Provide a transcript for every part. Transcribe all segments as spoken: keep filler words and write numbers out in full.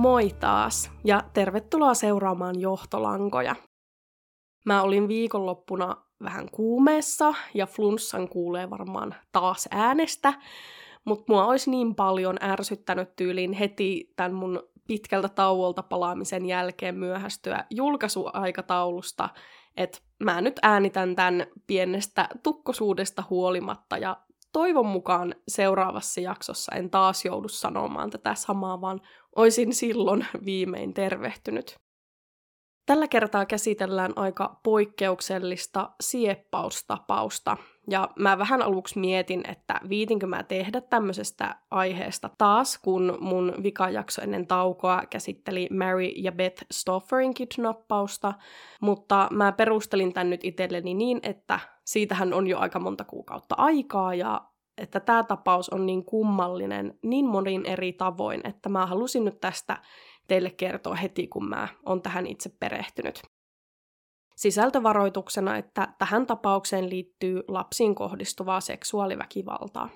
Moi taas ja tervetuloa seuraamaan Johtolankoja. Mä olin viikonloppuna vähän kuumeessa ja flunssan kuulee varmaan taas äänestä, mutta mua olisi niin paljon ärsyttänyt tyyliin heti tämän mun pitkältä tauolta palaamisen jälkeen myöhästyä julkaisuaikataulusta, että mä nyt äänitän tämän pienestä tukkosuudesta huolimatta ja toivon mukaan seuraavassa jaksossa en taas joudu sanomaan tätä samaa, vaan oisin silloin viimein tervehtynyt. Tällä kertaa käsitellään aika poikkeuksellista sieppaustapausta, ja mä vähän aluksi mietin, että viitinkö mä tehdä tämmöisestä aiheesta taas, kun mun vikajakso ennen taukoa käsitteli Mary ja Beth Stofferin kidnappausta, mutta mä perustelin tän nyt itselleni niin, että siitähän on jo aika monta kuukautta aikaa, ja että tämä tapaus on niin kummallinen niin monin eri tavoin, että mä halusin nyt tästä teille kertoa heti, kun mä oon tähän itse perehtynyt. Sisältövaroituksena, että tähän tapaukseen liittyy lapsiin kohdistuvaa seksuaaliväkivaltaa.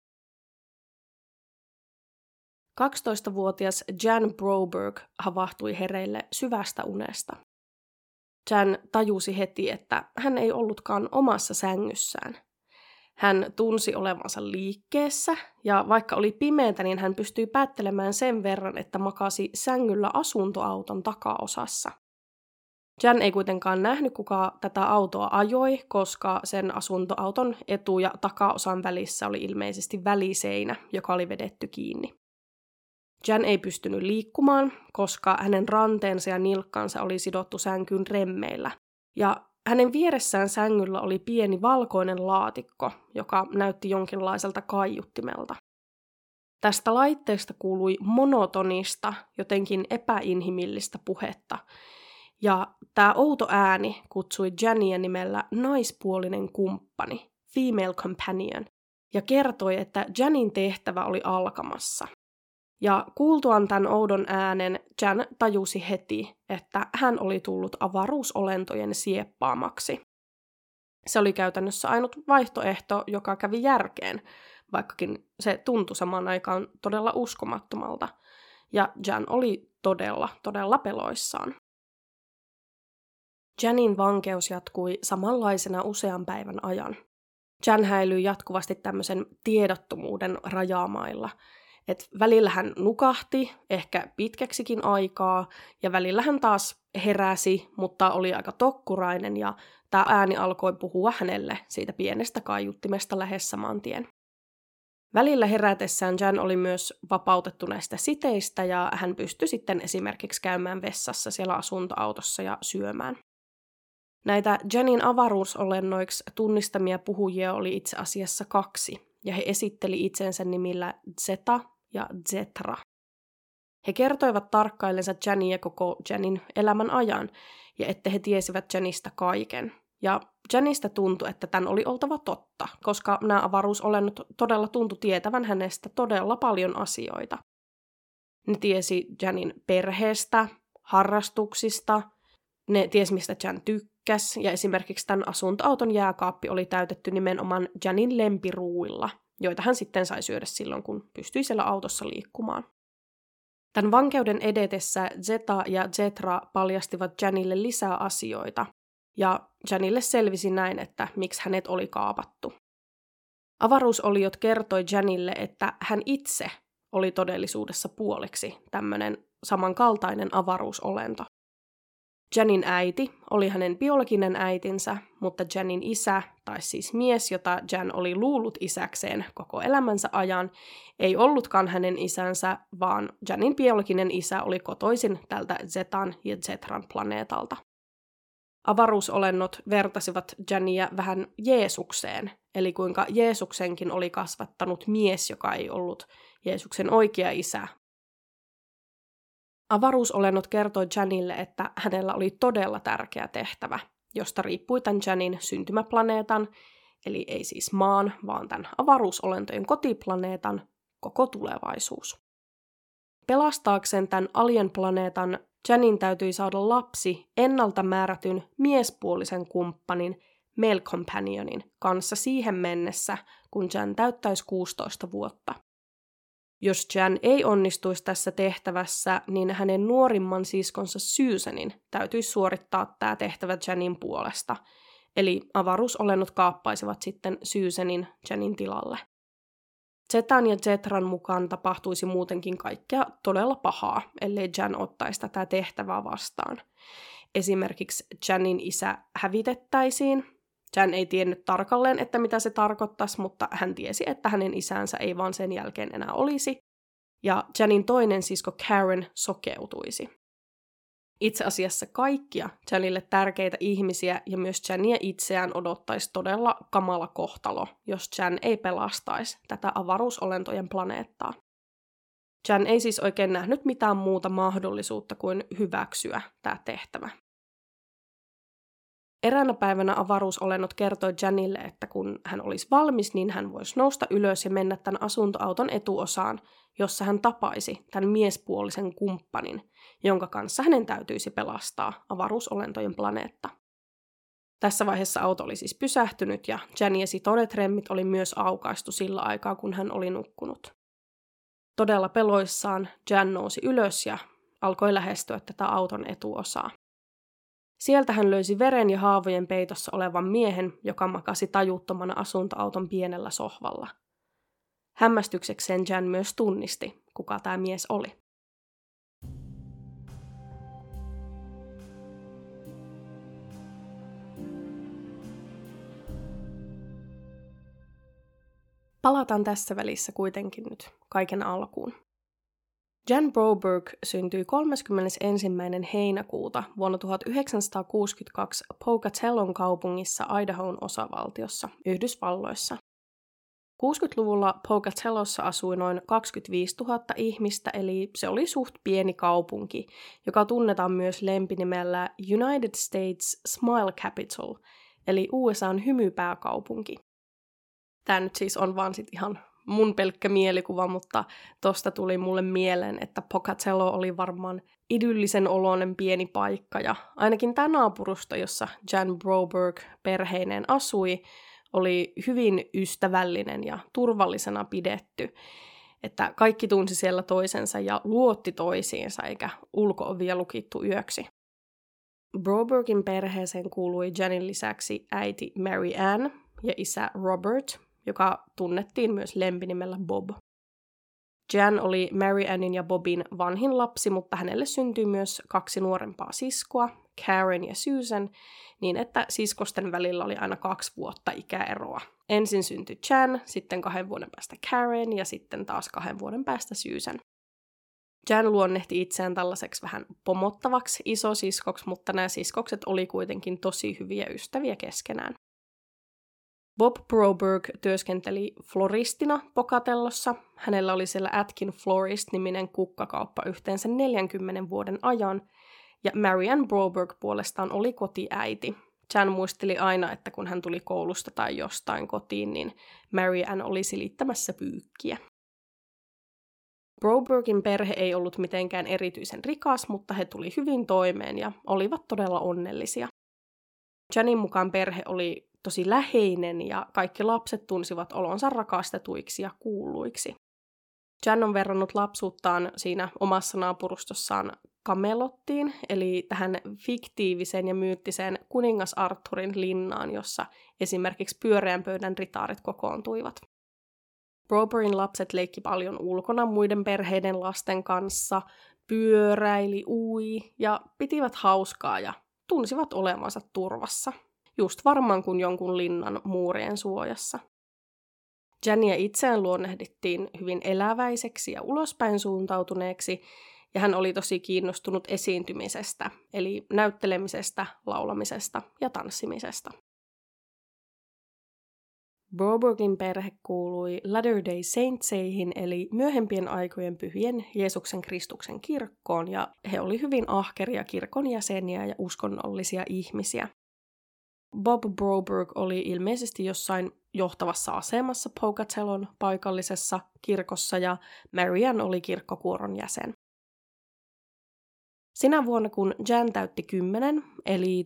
kaksitoistavuotias Jan Broberg havahtui hereille syvästä unesta. Jan tajusi heti, että hän ei ollutkaan omassa sängyssään. Hän tunsi olevansa liikkeessä, ja vaikka oli pimeätä, niin hän pystyi päättelemään sen verran, että makasi sängyllä asuntoauton takaosassa. Jan ei kuitenkaan nähnyt, kuka tätä autoa ajoi, koska sen asuntoauton etu- ja takaosan välissä oli ilmeisesti väliseinä, joka oli vedetty kiinni. Jan ei pystynyt liikkumaan, koska hänen ranteensa ja nilkkansa oli sidottu sänkyyn remmeillä, ja hänen vieressään sängyllä oli pieni valkoinen laatikko, joka näytti jonkinlaiselta kaiuttimelta. Tästä laitteesta kuului monotonista, jotenkin epäinhimillistä puhetta, ja tämä outo ääni kutsui Jania nimellä naispuolinen kumppani, female companion, ja kertoi, että Janin tehtävä oli alkamassa. Ja kuultuaan tämän oudon äänen, Jan tajusi heti, että hän oli tullut avaruusolentojen sieppaamaksi. Se oli käytännössä ainut vaihtoehto, joka kävi järkeen, vaikkakin se tuntui samaan aikaan todella uskomattomalta. Ja Jan oli todella, todella peloissaan. Janin vankeus jatkui samanlaisena usean päivän ajan. Jan häilyi jatkuvasti tämmöisen tiedottomuuden rajaamailla. Et välillä hän nukahti, ehkä pitkäksikin aikaa, ja välillä hän taas heräsi, mutta oli aika tokkurainen, ja tämä ääni alkoi puhua hänelle siitä pienestä kaiuttimesta lähes saman tien. Välillä herätessään Jan oli myös vapautettu näistä siteistä, ja hän pystyi sitten esimerkiksi käymään vessassa siellä asuntoautossa ja syömään. Näitä Janin avaruusolennoiksi tunnistamia puhujia oli itse asiassa kaksi, ja he esitteli itsensä nimillä Zeta ja Zetra. He kertoivat tarkkaillensa Jania koko Janin elämän ajan, ja että he tiesivät Janista kaiken. Ja Janista tuntui, että tämän oli oltava totta, koska nämä avaruusolennot todella tuntui tietävän hänestä todella paljon asioita. Ne tiesi Janin perheestä, harrastuksista, ne tiesi mistä Jan tykkäsi, ja esimerkiksi tämän asuntoauton jääkaappi oli täytetty nimenomaan Janin lempiruuilla, joita hän sitten sai syödä silloin, kun pystyi siellä autossa liikkumaan. Tämän vankeuden edetessä Zeta ja Zetra paljastivat Janille lisää asioita, ja Janille selvisi näin, että miksi hänet oli kaapattu. Avaruusoliot kertoi Janille, että hän itse oli todellisuudessa puoliksi tämmöinen samankaltainen avaruusolento. Janin äiti oli hänen biologinen äitinsä, mutta Janin isä, tai siis mies, jota Jan oli luullut isäkseen koko elämänsä ajan, ei ollutkaan hänen isänsä, vaan Janin biologinen isä oli kotoisin tältä Zetan ja Zetran planeetalta. Avaruusolennot vertasivat Jania vähän Jeesukseen, eli kuinka Jeesuksenkin oli kasvattanut mies, joka ei ollut Jeesuksen oikea isä. Avaruusolennot kertoi Janille, että hänellä oli todella tärkeä tehtävä, josta riippui tämän Janin syntymäplaneetan, eli ei siis maan, vaan tämän avaruusolentojen kotiplaneetan koko tulevaisuus. Pelastaakseen tämän alien-planeetan Janin täytyi saada lapsi ennalta määrätyn miespuolisen kumppanin male companionin kanssa siihen mennessä, kun Jan täyttäisi kuusitoista vuotta. Jos Jan ei onnistuisi tässä tehtävässä, niin hänen nuorimman siskonsa Susanin täytyisi suorittaa tämä tehtävä Janin puolesta. Eli avaruusolennot kaappaisivat sitten Susanin Janin tilalle. Zetan ja Zetran mukaan tapahtuisi muutenkin kaikkea todella pahaa, ellei Jan ottaisi tätä tehtävää vastaan. Esimerkiksi Janin isä hävitettäisiin. Jan ei tiennyt tarkalleen, että mitä se tarkoittaisi, mutta hän tiesi, että hänen isänsä ei vaan sen jälkeen enää olisi. Ja Janin toinen sisko Karen sokeutuisi. Itse asiassa kaikkia Janille tärkeitä ihmisiä ja myös Jania itseään odottaisi todella kamala kohtalo, jos Jan ei pelastaisi tätä avaruusolentojen planeettaa. Jan ei siis oikein nähnyt mitään muuta mahdollisuutta kuin hyväksyä tämä tehtävä. Eräänä päivänä avaruusolennot kertoi Janille, että kun hän olisi valmis, niin hän voisi nousta ylös ja mennä tämän asuntoauton etuosaan, jossa hän tapaisi tämän miespuolisen kumppanin, jonka kanssa hänen täytyisi pelastaa avaruusolentojen planeetta. Tässä vaiheessa auto oli siis pysähtynyt ja Jan ja sitoneet remmit oli myös aukaistu sillä aikaa, kun hän oli nukkunut. Todella peloissaan Jan nousi ylös ja alkoi lähestyä tätä auton etuosaa. Sieltä hän löysi veren ja haavojen peitossa olevan miehen, joka makasi tajuttomana asuntoauton pienellä sohvalla. Hämmästyksekseen Jan myös tunnisti, kuka tämä mies oli. Palataan tässä välissä kuitenkin nyt kaiken alkuun. Jan Broberg syntyi kolmaskymmenesensimmäinen heinäkuuta vuonna tuhatyhdeksänsataakuusikymmentäkaksi Pocatellon kaupungissa Idahon osavaltiossa, Yhdysvalloissa. kuusikymmentäluvulla Pocatellossa asui noin kaksikymmentäviisituhatta ihmistä, eli se oli suht pieni kaupunki, joka tunnetaan myös lempinimellä United States Smile Capital, eli U S A:n hymypääkaupunki. Tämä nyt siis on vaan sit ihan mun pelkkä mielikuva, mutta tosta tuli mulle mieleen, että Pocatello oli varmaan idyllisen oloinen pieni paikka, ja ainakin tämä naapurusto, jossa Jan Broberg perheineen asui, oli hyvin ystävällinen ja turvallisena pidetty, että kaikki tunsi siellä toisensa ja luotti toisiinsa, eikä ulko-ovia lukittu yöksi. Brobergin perheeseen kuului Janin lisäksi äiti Mary Ann ja isä Robert, joka tunnettiin myös lempinimellä Bob. Jan oli Mary Annin ja Bobin vanhin lapsi, mutta hänelle syntyi myös kaksi nuorempaa siskoa, Karen ja Susan, niin että siskosten välillä oli aina kaksi vuotta ikäeroa. Ensin syntyi Jan, sitten kahden vuoden päästä Karen ja sitten taas kahden vuoden päästä Susan. Jan luonnehti itseään tällaiseksi vähän pomottavaksi isosiskoksi, mutta nämä siskokset oli kuitenkin tosi hyviä ystäviä keskenään. Bob Broberg työskenteli floristina Pocatellossa. Hänellä oli siellä Atkin Florist-niminen kukkakauppa yhteensä neljänkymmenen vuoden ajan, ja Marianne Broberg puolestaan oli kotiäiti. Jan muisteli aina, että kun hän tuli koulusta tai jostain kotiin, niin Marianne oli silittämässä pyykkiä. Brobergin perhe ei ollut mitenkään erityisen rikas, mutta he tuli hyvin toimeen ja olivat todella onnellisia. Janin mukaan perhe oli tosi läheinen ja kaikki lapset tunsivat olonsa rakastetuiksi ja kuulluiksi. Jan on verrannut lapsuuttaan siinä omassa naapurustossaan Camelottiin, eli tähän fiktiiviseen ja myyttiseen kuningas Arthurin linnaan, jossa esimerkiksi pyöreän pöydän ritaarit kokoontuivat. Brobergin lapset leikki paljon ulkona muiden perheiden lasten kanssa, pyöräili, ui ja pitivät hauskaa ja tunsivat olevansa turvassa. Just varmaan kuin jonkun linnan muurien suojassa. Jania itseään luonnehdittiin hyvin eläväiseksi ja ulospäin suuntautuneeksi, ja hän oli tosi kiinnostunut esiintymisestä, eli näyttelemisestä, laulamisesta ja tanssimisesta. Brobergin perhe kuului Latter-day Saintseihin, eli myöhempien aikojen pyhien Jeesuksen Kristuksen kirkkoon, ja he oli hyvin ahkeria kirkon jäseniä ja uskonnollisia ihmisiä. Bob Broberg oli ilmeisesti jossain johtavassa asemassa Pocatellon paikallisessa kirkossa ja Marianne oli kirkkokuoron jäsen. Sinä vuonna, kun Jan täytti kymmenen, eli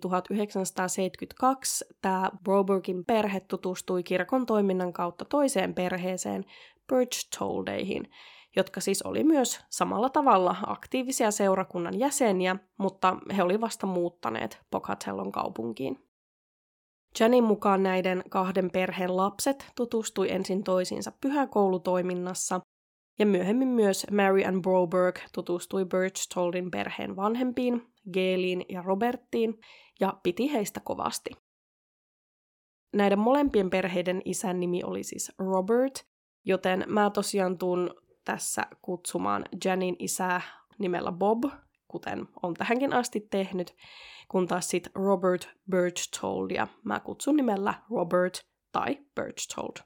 tuhatyhdeksänsataaseitsemänkymmentäkaksi, tämä Brobergin perhe tutustui kirkon toiminnan kautta toiseen perheeseen, Berchtoldeihin, jotka siis oli myös samalla tavalla aktiivisia seurakunnan jäseniä, mutta he oli vasta muuttaneet Pocatello'n kaupunkiin. Janin mukaan näiden kahden perheen lapset tutustui ensin toisiinsa pyhäkoulutoiminnassa, ja myöhemmin myös Mary Ann Broberg tutustui Berchtoldin perheen vanhempiin, Gailiin ja Roberttiin, ja piti heistä kovasti. Näiden molempien perheiden isän nimi oli siis Robert, joten mä tosiaan tuun tässä kutsumaan Janin isää nimellä Bob, kuten on tähänkin asti tehnyt, kun taas sit Robert Berchtoldia mä kutsun nimellä Robert tai Berchtold.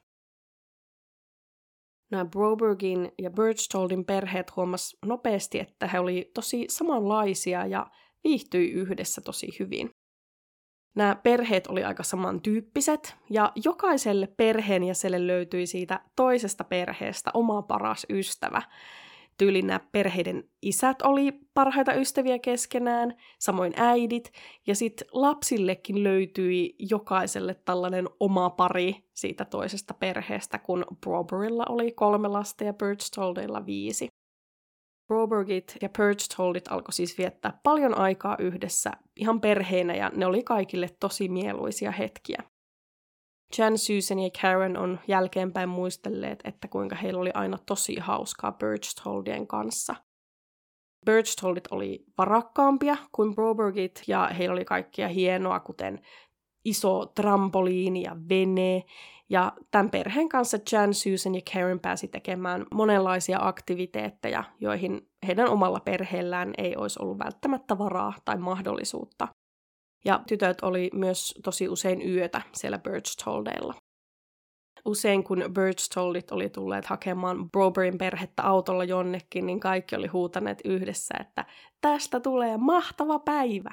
Nämä Brobergin ja Berchtoldin perheet huomas nopeasti, että he oli tosi samanlaisia ja viihtyi yhdessä tosi hyvin. Nämä perheet oli aika samantyyppiset, ja jokaiselle perheenjäsenelle löytyi siitä toisesta perheestä oma paras ystävä. Tyyliin nämä perheiden isät oli parhaita ystäviä keskenään, samoin äidit, ja sitten lapsillekin löytyi jokaiselle tällainen oma pari siitä toisesta perheestä, kun Broberilla oli kolme lasta ja Berchtoldilla viisi. Brobergit ja Berchtoldit alkoi siis viettää paljon aikaa yhdessä ihan perheenä, ja ne oli kaikille tosi mieluisia hetkiä. Jan, Susan ja Karen on jälkeenpäin muistelleet, että kuinka heillä oli aina tosi hauskaa Berchtoldien kanssa. Berchtoldit oli varakkaampia kuin Brobergit, ja heillä oli kaikkia hienoa, kuten iso trampoliini ja vene. Ja tämän perheen kanssa Jan, Susan ja Karen pääsi tekemään monenlaisia aktiviteetteja, joihin heidän omalla perheellään ei olisi ollut välttämättä varaa tai mahdollisuutta. Ja tytöt oli myös tosi usein yötä siellä Berchtoldeilla. Usein kun Berchtoldit oli tulleet hakemaan Broberin perhettä autolla jonnekin, niin kaikki oli huutaneet yhdessä, että tästä tulee mahtava päivä.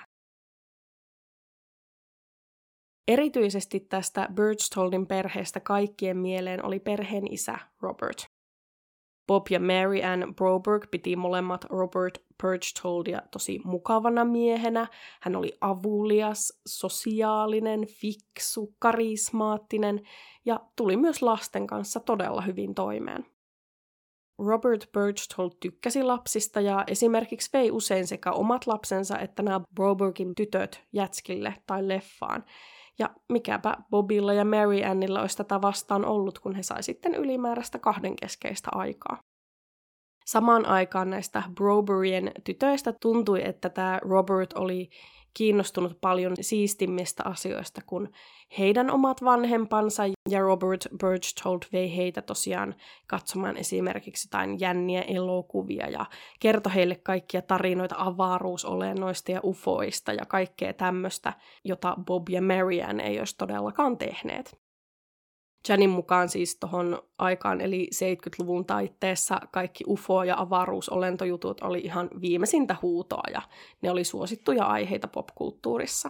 Erityisesti tästä Berchtoldin perheestä kaikkien mieleen oli perheen isä Robert. Bob ja Mary Ann Broberg piti molemmat Robert Berchtoldia tosi mukavana miehenä. Hän oli avulias, sosiaalinen, fiksu, karismaattinen ja tuli myös lasten kanssa todella hyvin toimeen. Robert Berchtold tykkäsi lapsista ja esimerkiksi vei usein sekä omat lapsensa että nämä Brobergin tytöt jätskille tai leffaan. Ja mikäpä Bobilla ja Mary Annilla olisi tätä vastaan ollut, kun he sai sitten ylimääräistä kahdenkeskeistä aikaa. Samaan aikaan näistä Broberien tytöistä tuntui, että tämä Robert oli kiinnostunut paljon siistimmistä asioista kuin heidän omat vanhempansa, ja Robert Berchtold vei heitä tosiaan katsomaan esimerkiksi jotain jänniä elokuvia ja kertoi heille kaikkia tarinoita avaruusolennoista ja ufoista ja kaikkea tämmöistä, jota Bob ja Mary Ann ei olisi todellakaan tehneet. Janin mukaan siis tohon aikaan, eli seitsemänkymmentäluvun taitteessa, kaikki ufo- ja avaruusolentojutut oli ihan viimeisintä huutoa, ja ne oli suosittuja aiheita popkulttuurissa.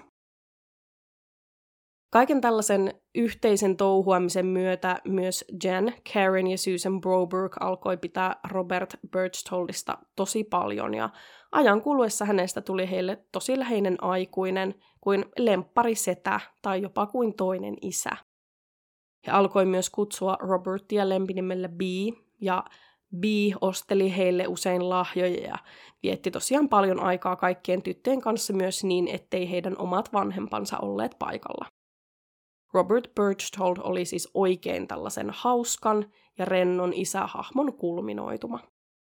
Kaiken tällaisen yhteisen touhuamisen myötä myös Jan, Karen ja Susan Broberg alkoi pitää Robert Berchtoldista tosi paljon, ja ajan kuluessa hänestä tuli heille tosi läheinen aikuinen, kuin lempparisetä tai jopa kuin toinen isä. He alkoi myös kutsua Robertia lempinimellä B, ja B osteli heille usein lahjoja ja vietti tosiaan paljon aikaa kaikkien tyttöjen kanssa myös niin, ettei heidän omat vanhempansa olleet paikalla. Robert Berchtold oli siis oikein tällaisen hauskan ja rennon isähahmon kulminoituma.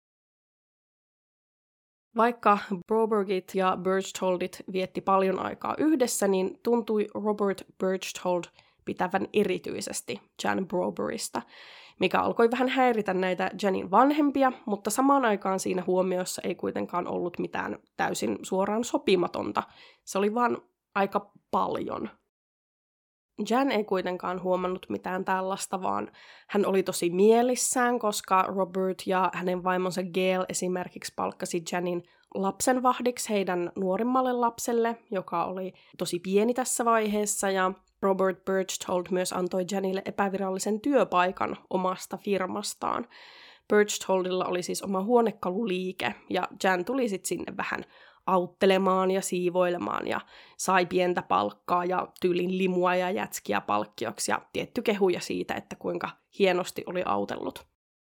Vaikka Brobergit ja Berchtoldit vietti paljon aikaa yhdessä, niin tuntui Robert Berchtold pitävän erityisesti Jan Broberista, mikä alkoi vähän häiritä näitä Janin vanhempia, mutta samaan aikaan siinä huomiossa ei kuitenkaan ollut mitään täysin suoraan sopimatonta. Se oli vaan aika paljon. Jan ei kuitenkaan huomannut mitään tällaista, vaan hän oli tosi mielissään, koska Robert ja hänen vaimonsa Gail esimerkiksi palkkasi Janin lapsenvahdiksi heidän nuorimmalle lapselle, joka oli tosi pieni tässä vaiheessa, ja Robert Berchtold myös antoi Janille epävirallisen työpaikan omasta firmastaan. Berchtoldilla oli siis oma huonekaluliike, ja Jan tuli sitten sinne vähän auttelemaan ja siivoilemaan, ja sai pientä palkkaa ja tyylin limua ja jätskiä palkkioksi, ja tietty kehuja siitä, että kuinka hienosti oli autellut.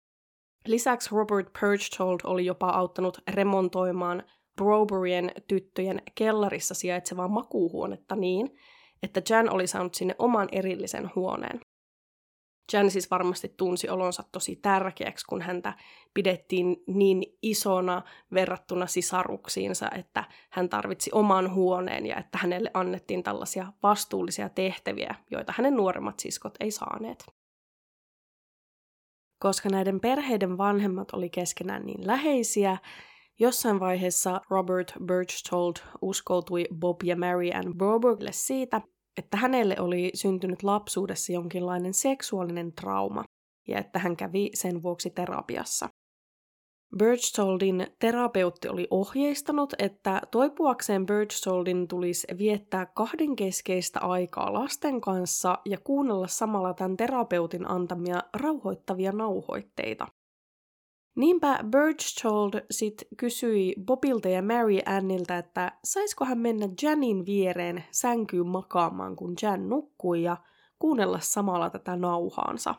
Lisäksi Robert Berchtold oli jopa auttanut remontoimaan Broberien tyttöjen kellarissa sijaitsevaa makuuhuonetta niin, että Jan oli saanut sinne oman erillisen huoneen. Jan siis varmasti tunsi olonsa tosi tärkeäksi, kun häntä pidettiin niin isona verrattuna sisaruksiinsa, että hän tarvitsi oman huoneen ja että hänelle annettiin tällaisia vastuullisia tehtäviä, joita hänen nuoremmat siskot ei saaneet. Koska näiden perheiden vanhemmat oli keskenään niin läheisiä, jossain vaiheessa Robert Berchtold uskoutui Bob ja Mary Ann Brobergille siitä, että hänelle oli syntynyt lapsuudessa jonkinlainen seksuaalinen trauma ja että hän kävi sen vuoksi terapiassa. Berchtoldin terapeutti oli ohjeistanut, että toipuakseen Berchtoldin tulisi viettää kahdenkeskeistä aikaa lasten kanssa ja kuunnella samalla tämän terapeutin antamia rauhoittavia nauhoitteita. Niinpä Berchtold sit kysyi Bobilta ja Mary Annilta, että saisiko hän mennä Janin viereen sänkyyn makaamaan, kun Jan nukkui ja kuunnella samalla tätä nauhaansa.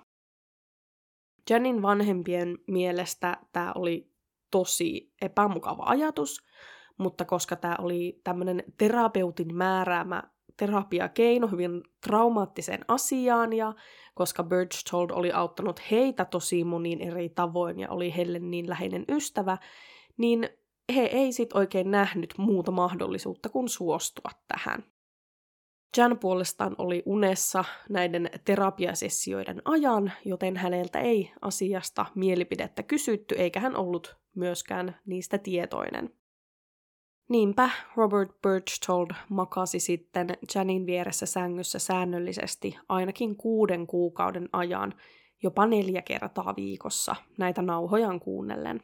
Janin vanhempien mielestä tämä oli tosi epämukava ajatus, mutta koska tämä oli tämmöinen terapeutin määräämä terapiakeino hyvin traumaattiseen asiaan ja koska Berchtold oli auttanut heitä tosi moniin eri tavoin ja oli heille niin läheinen ystävä, niin he ei sit oikein nähnyt muuta mahdollisuutta kuin suostua tähän. Jan puolestaan oli unessa näiden terapiasessioiden ajan, joten häneltä ei asiasta mielipidettä kysytty, eikä hän ollut myöskään niistä tietoinen. Niinpä Robert Berchtold makasi sitten Janin vieressä sängyssä säännöllisesti ainakin kuuden kuukauden ajan, jopa neljä kertaa viikossa, näitä nauhojaan kuunnellen.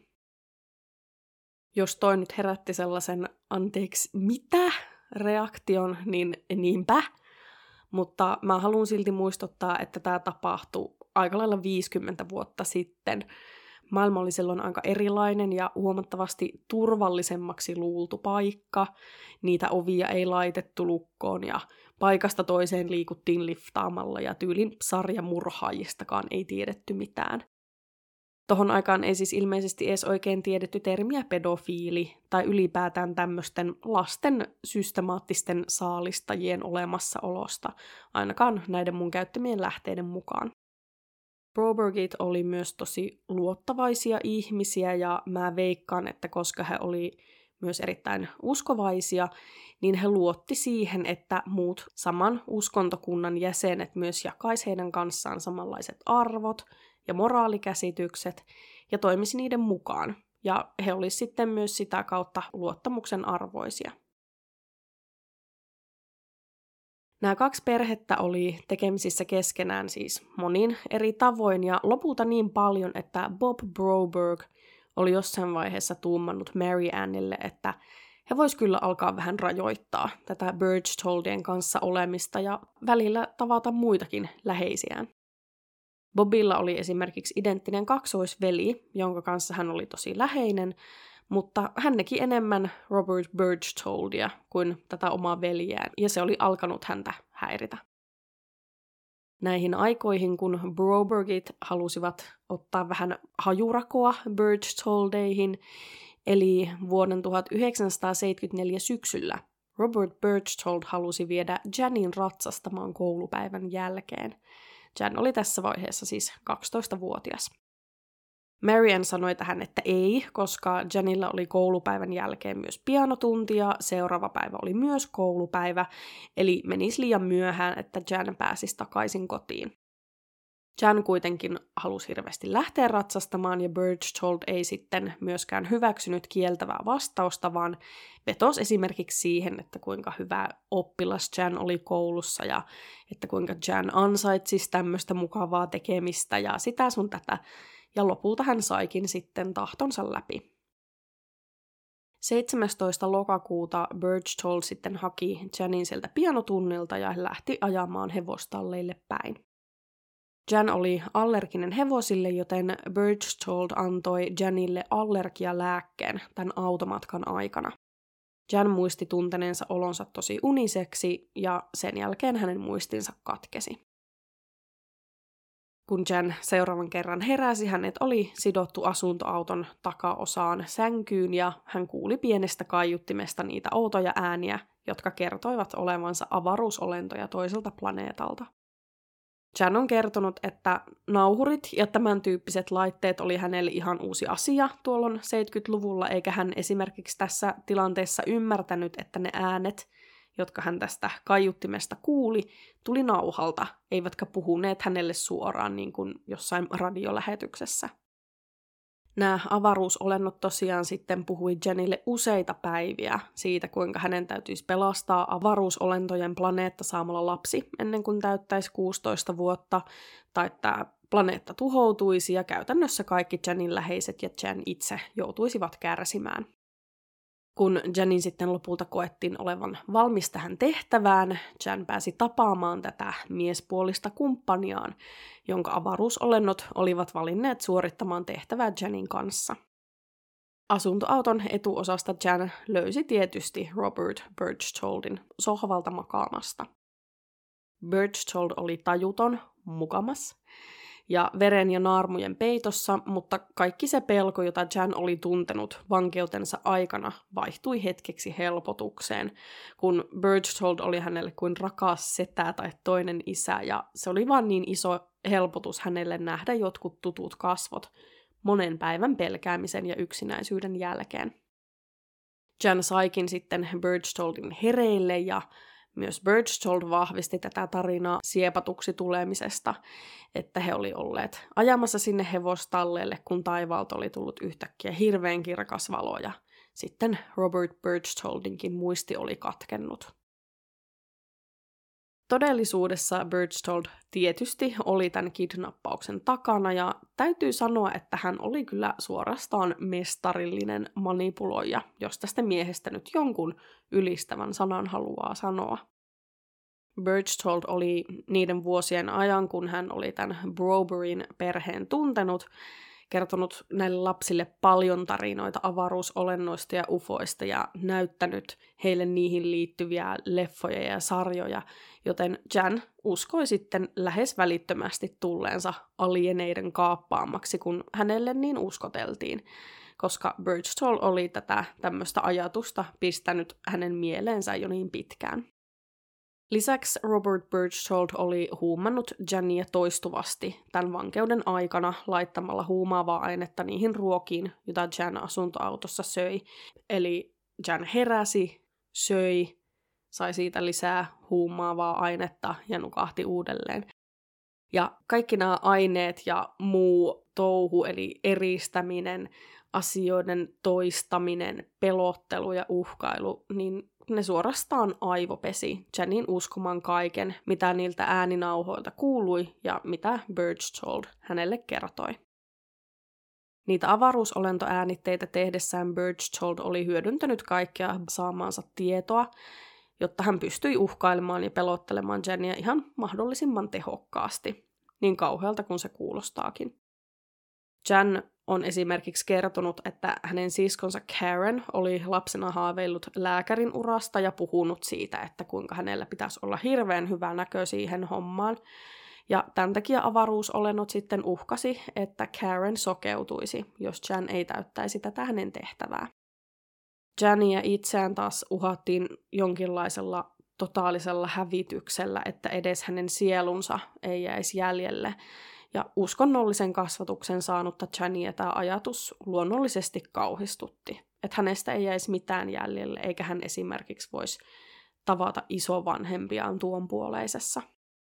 Jos toi nyt herätti sellaisen anteeksi mitä reaktion, niin niinpä, mutta mä haluan silti muistuttaa, että tämä tapahtui aika lailla viisikymmentä vuotta sitten. Maailma oli silloin aika erilainen ja huomattavasti turvallisemmaksi luultu paikka. Niitä ovia ei laitettu lukkoon ja paikasta toiseen liikuttiin liftaamalla ja tyylin sarjamurhaajistakaan ei tiedetty mitään. Tohon aikaan ei siis ilmeisesti edes oikein tiedetty termiä pedofiili tai ylipäätään tämmöisten lasten systemaattisten saalistajien olemassaolosta, ainakaan näiden mun käyttämien lähteiden mukaan. Brobergit oli myös tosi luottavaisia ihmisiä ja mä veikkaan, että koska he oli myös erittäin uskovaisia, niin he luotti siihen, että muut saman uskontokunnan jäsenet myös jakais heidän kanssaan samanlaiset arvot ja moraalikäsitykset ja toimisi niiden mukaan. Ja he olisivat sitten myös sitä kautta luottamuksen arvoisia. Nämä kaksi perhettä oli tekemisissä keskenään siis monin eri tavoin ja lopulta niin paljon, että Bob Broberg oli jossain vaiheessa tuumannut Mary Annille, että he vois kyllä alkaa vähän rajoittaa tätä Berchtoldien kanssa olemista ja välillä tavata muitakin läheisiään. Bobilla oli esimerkiksi identtinen kaksoisveli, jonka kanssa hän oli tosi läheinen, mutta hän näki enemmän Robert Berchtoldia kuin tätä omaa veljeään, ja se oli alkanut häntä häiritä. Näihin aikoihin, kun Brobergit halusivat ottaa vähän hajurakoa Berchtoldeihin, eli vuoden tuhatyhdeksänsataaseitsemänkymmentäneljä syksyllä, Robert Berchtold halusi viedä Janin ratsastamaan koulupäivän jälkeen. Jan oli tässä vaiheessa siis kaksitoistavuotias. Mary Ann sanoi tähän, että ei, koska Janilla oli koulupäivän jälkeen myös pianotunti ja seuraava päivä oli myös koulupäivä, eli menisi liian myöhään, että Jan pääsisi takaisin kotiin. Jan kuitenkin halusi hirveästi lähteä ratsastamaan ja Berchtold ei sitten myöskään hyväksynyt kieltävää vastausta, vaan vetosi esimerkiksi siihen, että kuinka hyvä oppilas Jan oli koulussa ja että kuinka Jan ansaitsisi tämmöistä mukavaa tekemistä ja sitä sun tätä. Ja lopulta hän saikin sitten tahtonsa läpi. seitsemästoista lokakuuta Berchtold sitten haki Janin sieltä pianotunnilta ja lähti ajamaan hevostalleille päin. Jan oli allerginen hevosille, joten Berchtold antoi Janille allergialääkkeen tämän automatkan aikana. Jan muisti tunteneensa olonsa tosi uniseksi ja sen jälkeen hänen muistinsa katkesi. Kun Jan seuraavan kerran heräsi, hänet oli sidottu asuntoauton takaosaan sänkyyn ja hän kuuli pienestä kaiuttimesta niitä outoja ääniä, jotka kertoivat olevansa avaruusolentoja toiselta planeetalta. Jan on kertonut, että nauhurit ja tämän tyyppiset laitteet oli hänelle ihan uusi asia tuolloin seitsemänkymmentäluvulla, eikä hän esimerkiksi tässä tilanteessa ymmärtänyt, että ne äänet, jotka hän tästä kaiuttimesta kuuli, tuli nauhalta, eivätkä puhuneet hänelle suoraan niin kuin jossain radiolähetyksessä. Nämä avaruusolennot tosiaan sitten puhui Janille useita päiviä siitä, kuinka hänen täytyisi pelastaa avaruusolentojen planeetta saamalla lapsi ennen kuin täyttäisi kuusitoista vuotta, tai että planeetta tuhoutuisi ja käytännössä kaikki Janin läheiset ja Jan itse joutuisivat kärsimään. Kun Janin sitten lopulta koettiin olevan valmis tähän tehtävään, Jan pääsi tapaamaan tätä miespuolista kumppaniaan, jonka avaruusolennot olivat valinneet suorittamaan tehtävää Janin kanssa. Asuntoauton etuosasta Jan löysi tietysti Robert Berchtoldin sohvalta makaamasta. Berchtold oli tajuton, mukamas, ja veren ja naarmujen peitossa, mutta kaikki se pelko, jota Jan oli tuntenut vankeutensa aikana, vaihtui hetkeksi helpotukseen, kun Berchtold oli hänelle kuin rakas setä tai toinen isä, ja se oli vaan niin iso helpotus hänelle nähdä jotkut tutut kasvot monen päivän pelkäämisen ja yksinäisyyden jälkeen. Jan saikin sitten Berchtoldin hereille, ja myös Berchtold vahvisti tätä tarinaa siepatuksi tulemisesta, että he oli olleet ajamassa sinne hevostalleelle, kun taivaalta oli tullut yhtäkkiä hirveän kirkas valo, ja sitten Robert Berchtoldinkin muisti oli katkennut. Todellisuudessa Berchtold tietysti oli tämän kidnappauksen takana, ja täytyy sanoa, että hän oli kyllä suorastaan mestarillinen manipuloija, jos tästä miehestä nyt jonkun ylistävän sanan haluaa sanoa. Berchtold oli niiden vuosien ajan, kun hän oli tämän Broberyn perheen tuntenut, kertonut näille lapsille paljon tarinoita avaruusolennoista ja ufoista ja näyttänyt heille niihin liittyviä leffoja ja sarjoja, joten Jan uskoi sitten lähes välittömästi tulleensa alieneiden kaappaamaksi, kun hänelle niin uskoteltiin, koska Berchtold oli tätä tämmöistä ajatusta pistänyt hänen mieleensä jo niin pitkään. Lisäksi Robert Berchtold oli huumannut Jania toistuvasti tämän vankeuden aikana laittamalla huumaavaa ainetta niihin ruokiin, jota Jan asuntoautossa söi. Eli Jan heräsi, söi, sai siitä lisää huumaavaa ainetta ja nukahti uudelleen. Ja kaikki nämä aineet ja muu touhu, eli eristäminen, asioiden toistaminen, pelottelu ja uhkailu, niin ne suorastaan aivopesi Janin uskomaan kaiken, mitä niiltä ääninauhoilta kuului ja mitä Berchtold hänelle kertoi. Niitä avaruusolentoäänitteitä tehdessään Berchtold oli hyödyntänyt kaikkea saamaansa tietoa, jotta hän pystyi uhkailemaan ja pelottelemaan Jania ihan mahdollisimman tehokkaasti, niin kauhealta kuin se kuulostaakin. Jan on esimerkiksi kertonut, että hänen siskonsa Karen oli lapsena haaveillut lääkärin urasta ja puhunut siitä, että kuinka hänellä pitäisi olla hirveän hyvä näkö siihen hommaan. Ja tämän takia avaruusolennot sitten uhkasi, että Karen sokeutuisi, jos Jan ei täyttäisi tätä hänen tehtävää. Jania itseään taas uhattiin jonkinlaisella totaalisella hävityksellä, että edes hänen sielunsa ei jäisi jäljelle. Ja uskonnollisen kasvatuksen saanutta Jania tämä ajatus luonnollisesti kauhistutti, että hänestä ei jäisi mitään jäljelle, eikä hän esimerkiksi voisi tavata isovanhempiaan tuon puoleisessa.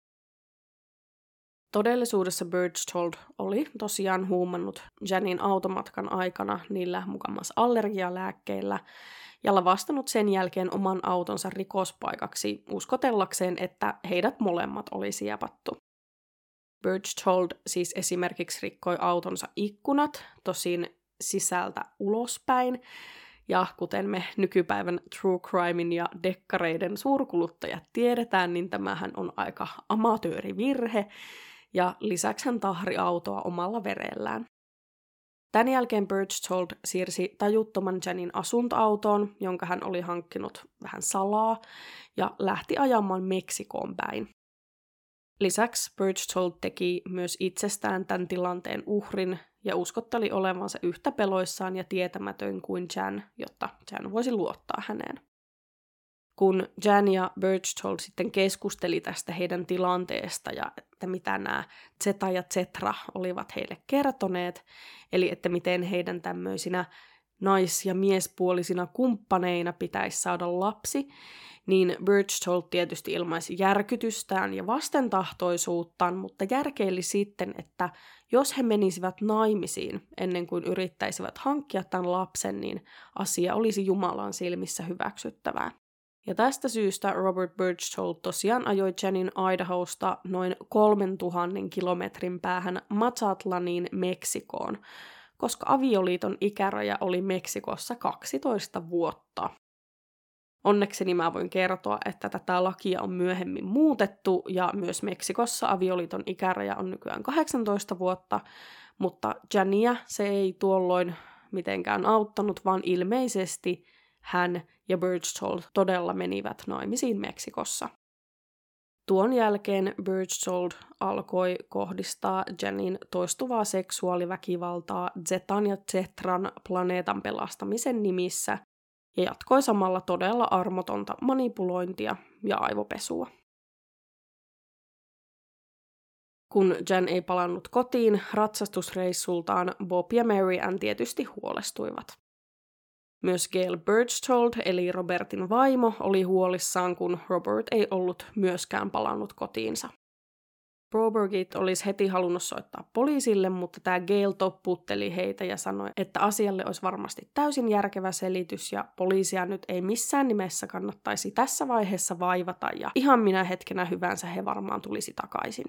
Todellisuudessa Berchtold oli tosiaan huumannut Janin automatkan aikana niillä mukamas allergialääkkeillä ja lavastanut sen jälkeen oman autonsa rikospaikaksi uskotellakseen, että heidät molemmat oli siepattu. Berchtold siis esimerkiksi rikkoi autonsa ikkunat, tosin sisältä ulospäin, ja kuten me nykypäivän true crimein ja dekkareiden suurkuluttajat tiedetään, niin tämähän on aika amatöörivirhe, ja lisäksi hän tahri autoa omalla verellään. Tämän jälkeen Berchtold siirsi tajuttoman Janin asuntoautoon, jonka hän oli hankkinut vähän salaa, ja lähti ajamaan Meksikoon päin. Lisäksi Berchtold teki myös itsestään tämän tilanteen uhrin ja uskotteli olevansa yhtä peloissaan ja tietämätön kuin Jan, jotta Jan voisi luottaa häneen. Kun Jan ja Berchtold sitten keskusteli tästä heidän tilanteesta ja että mitä nämä Zeta ja Zetra olivat heille kertoneet, eli että miten heidän tämmöisinä nais- ja miespuolisina kumppaneina pitäisi saada lapsi, niin Berchtold tietysti ilmaisi järkytystään ja vastentahtoisuuttaan, mutta järkeili sitten, että jos he menisivät naimisiin ennen kuin yrittäisivät hankkia tämän lapsen, niin asia olisi Jumalan silmissä hyväksyttävää. Ja tästä syystä Robert Berchtold tosiaan ajoi Janin Idahosta noin kolmen tuhannen kilometrin päähän Mazatlaniin Meksikoon, koska avioliiton ikäraja oli Meksikossa kaksitoista vuotta. Onnekseni mä voin kertoa, että tätä lakia on myöhemmin muutettu ja myös Meksikossa avioliiton ikäraja on nykyään kahdeksantoista vuotta, mutta Jania se ei tuolloin mitenkään auttanut, vaan ilmeisesti hän ja Berchtold todella menivät naimisiin Meksikossa. Tuon jälkeen Berchtold alkoi kohdistaa Janin toistuvaa seksuaaliväkivaltaa Zetan ja Zetran planeetan pelastamisen nimissä ja jatkoi samalla todella armotonta manipulointia ja aivopesua. Kun Jan ei palannut kotiin ratsastusreissultaan, Bob ja Mary Ann tietysti huolestuivat. Myös Gail Berchtold, eli Robertin vaimo, oli huolissaan, kun Robert ei ollut myöskään palannut kotiinsa. Brobergit olisi heti halunnut soittaa poliisille, mutta tämä Gail toppuutteli heitä ja sanoi, että asialle olisi varmasti täysin järkevä selitys ja poliisia nyt ei missään nimessä kannattaisi tässä vaiheessa vaivata ja ihan minä hetkenä hyvänsä he varmaan tulisi takaisin.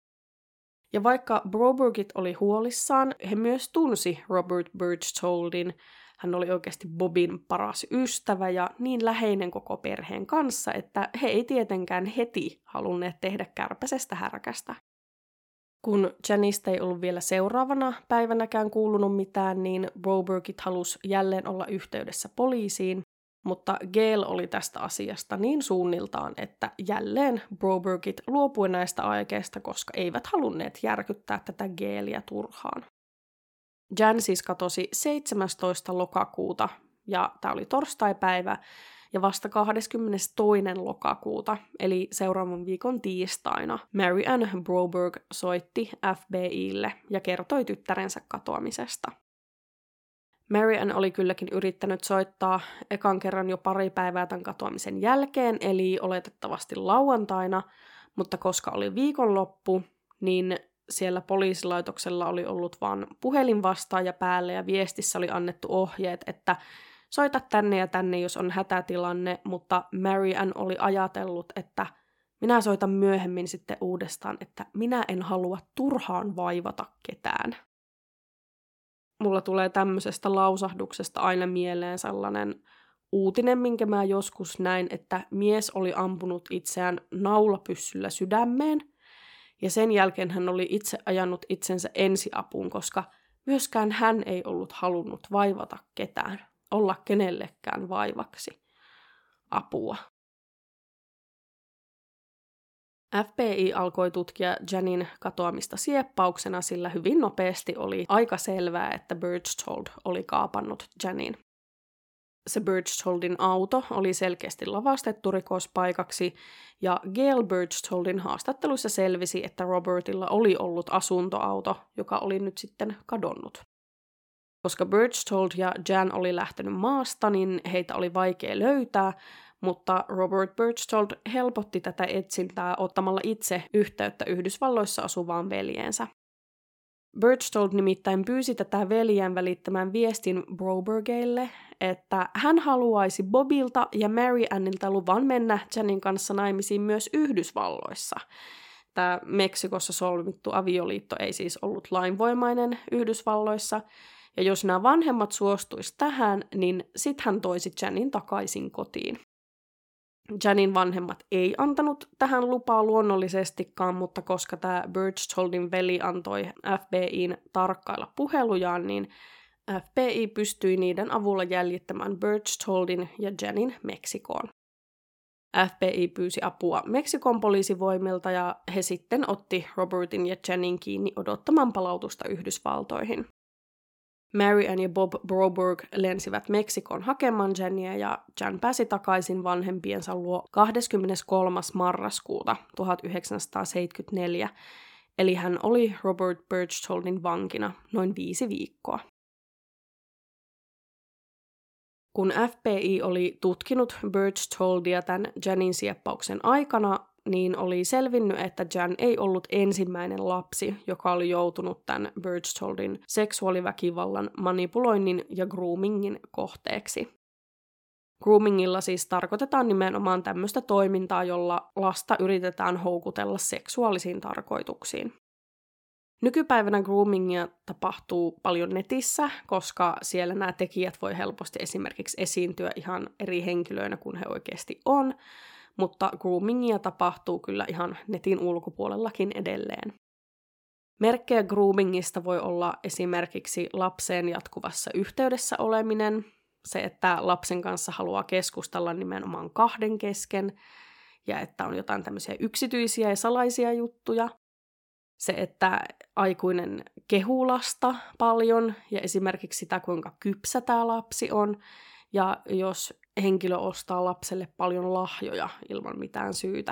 Ja vaikka Brobergit oli huolissaan, he myös tunsi Robert Berchtoldin. Hän oli oikeasti Bobin paras ystävä ja niin läheinen koko perheen kanssa, että he ei tietenkään heti halunneet tehdä kärpäsestä härkästä. Kun Janista ei ollut vielä seuraavana päivänäkään kuulunut mitään, niin Brobergit halusi jälleen olla yhteydessä poliisiin, mutta Gail oli tästä asiasta niin suunniltaan, että jälleen Brobergit luopui näistä aikeista, koska eivät halunneet järkyttää tätä Gailia turhaan. Jan siis katosi seitsemästoista lokakuuta, ja tämä oli torstaipäivä, ja vasta kahdeskymmenestoinen lokakuuta, eli seuraavan viikon tiistaina, Mary Ann Broberg soitti F B I:lle ja kertoi tyttärensä katoamisesta. Mary Ann oli kylläkin yrittänyt soittaa ekan kerran jo pari päivää tämän katoamisen jälkeen, eli oletettavasti lauantaina, mutta koska oli viikonloppu, niin siellä poliisilaitoksella oli ollut vain puhelinvastaaja päälle ja viestissä oli annettu ohjeet, että soita tänne ja tänne, jos on hätätilanne, mutta Mary Ann oli ajatellut, että minä soitan myöhemmin sitten uudestaan, että minä en halua turhaan vaivata ketään. Mulla tulee tämmöisestä lausahduksesta aina mieleen sellainen uutinen, minkä mä joskus näin, että mies oli ampunut itseään naulapyssyllä sydämeen, ja sen jälkeen hän oli itse ajanut itsensä ensiapuun, koska myöskään hän ei ollut halunnut vaivata ketään, olla kenellekään vaivaksi. Apua. F B I alkoi tutkia Janin katoamista sieppauksena, sillä hyvin nopeasti oli aika selvää, että Berchtold oli kaapannut Janin. Se Berchtoldin auto oli selkeästi lavastettu rikospaikaksi, ja Gail Berchtoldin haastatteluissa selvisi, että Robertilla oli ollut asuntoauto, joka oli nyt sitten kadonnut. Koska Berchtold ja Jan oli lähtenyt maasta, niin heitä oli vaikea löytää, mutta Robert Berchtold helpotti tätä etsintää ottamalla itse yhteyttä Yhdysvalloissa asuvaan veljeensä. Berchtold nimittäin pyysi tätä veljään välittämään viestin Brobergeille, että hän haluaisi Bobilta ja Mary Annilta luvan mennä Janin kanssa naimisiin myös Yhdysvalloissa. Tämä Meksikossa solmittu avioliitto ei siis ollut lainvoimainen Yhdysvalloissa, ja jos nämä vanhemmat suostuisi tähän, niin sit hän toisi Janin takaisin kotiin. Janin vanhemmat ei antanut tähän lupaa luonnollisestikaan, mutta koska tämä Berchtoldin veli antoi F B I:n tarkkailla puhelujaan, niin F B I pystyi niiden avulla jäljittämään Berchtoldin ja Janin Meksikoon. F B I pyysi apua Meksikon poliisivoimilta ja he sitten otti Robertin ja Janin kiinni odottamaan palautusta Yhdysvaltoihin. Mary Ann ja Bob Broberg lensivät Meksikon hakemaan Jania ja Jan pääsi takaisin vanhempiensa luo kahdeskymmeneskolmas marraskuuta tuhatyhdeksänsataaseitsemänkymmentäneljä, eli hän oli Robert Berchtoldin vankina noin viisi viikkoa. Kun F B I oli tutkinut Berchtoldia tämän Janin sieppauksen aikana, niin oli selvinnyt, että Jan ei ollut ensimmäinen lapsi, joka oli joutunut tämän Berchtoldin seksuaaliväkivallan, manipuloinnin ja groomingin kohteeksi. Groomingilla siis tarkoitetaan nimenomaan tämmöistä toimintaa, jolla lasta yritetään houkutella seksuaalisiin tarkoituksiin. Nykypäivänä groomingia tapahtuu paljon netissä, koska siellä nämä tekijät voi helposti esimerkiksi esiintyä ihan eri henkilöinä kuin he oikeasti on, mutta groomingia tapahtuu kyllä ihan netin ulkopuolellakin edelleen. Merkkejä groomingista voi olla esimerkiksi lapseen jatkuvassa yhteydessä oleminen, se, että lapsen kanssa haluaa keskustella nimenomaan kahden kesken, ja että on jotain tämmöisiä yksityisiä ja salaisia juttuja. Se, että aikuinen kehuu lasta paljon ja esimerkiksi sitä, kuinka kypsä tämä lapsi on, ja jos henkilö ostaa lapselle paljon lahjoja ilman mitään syytä.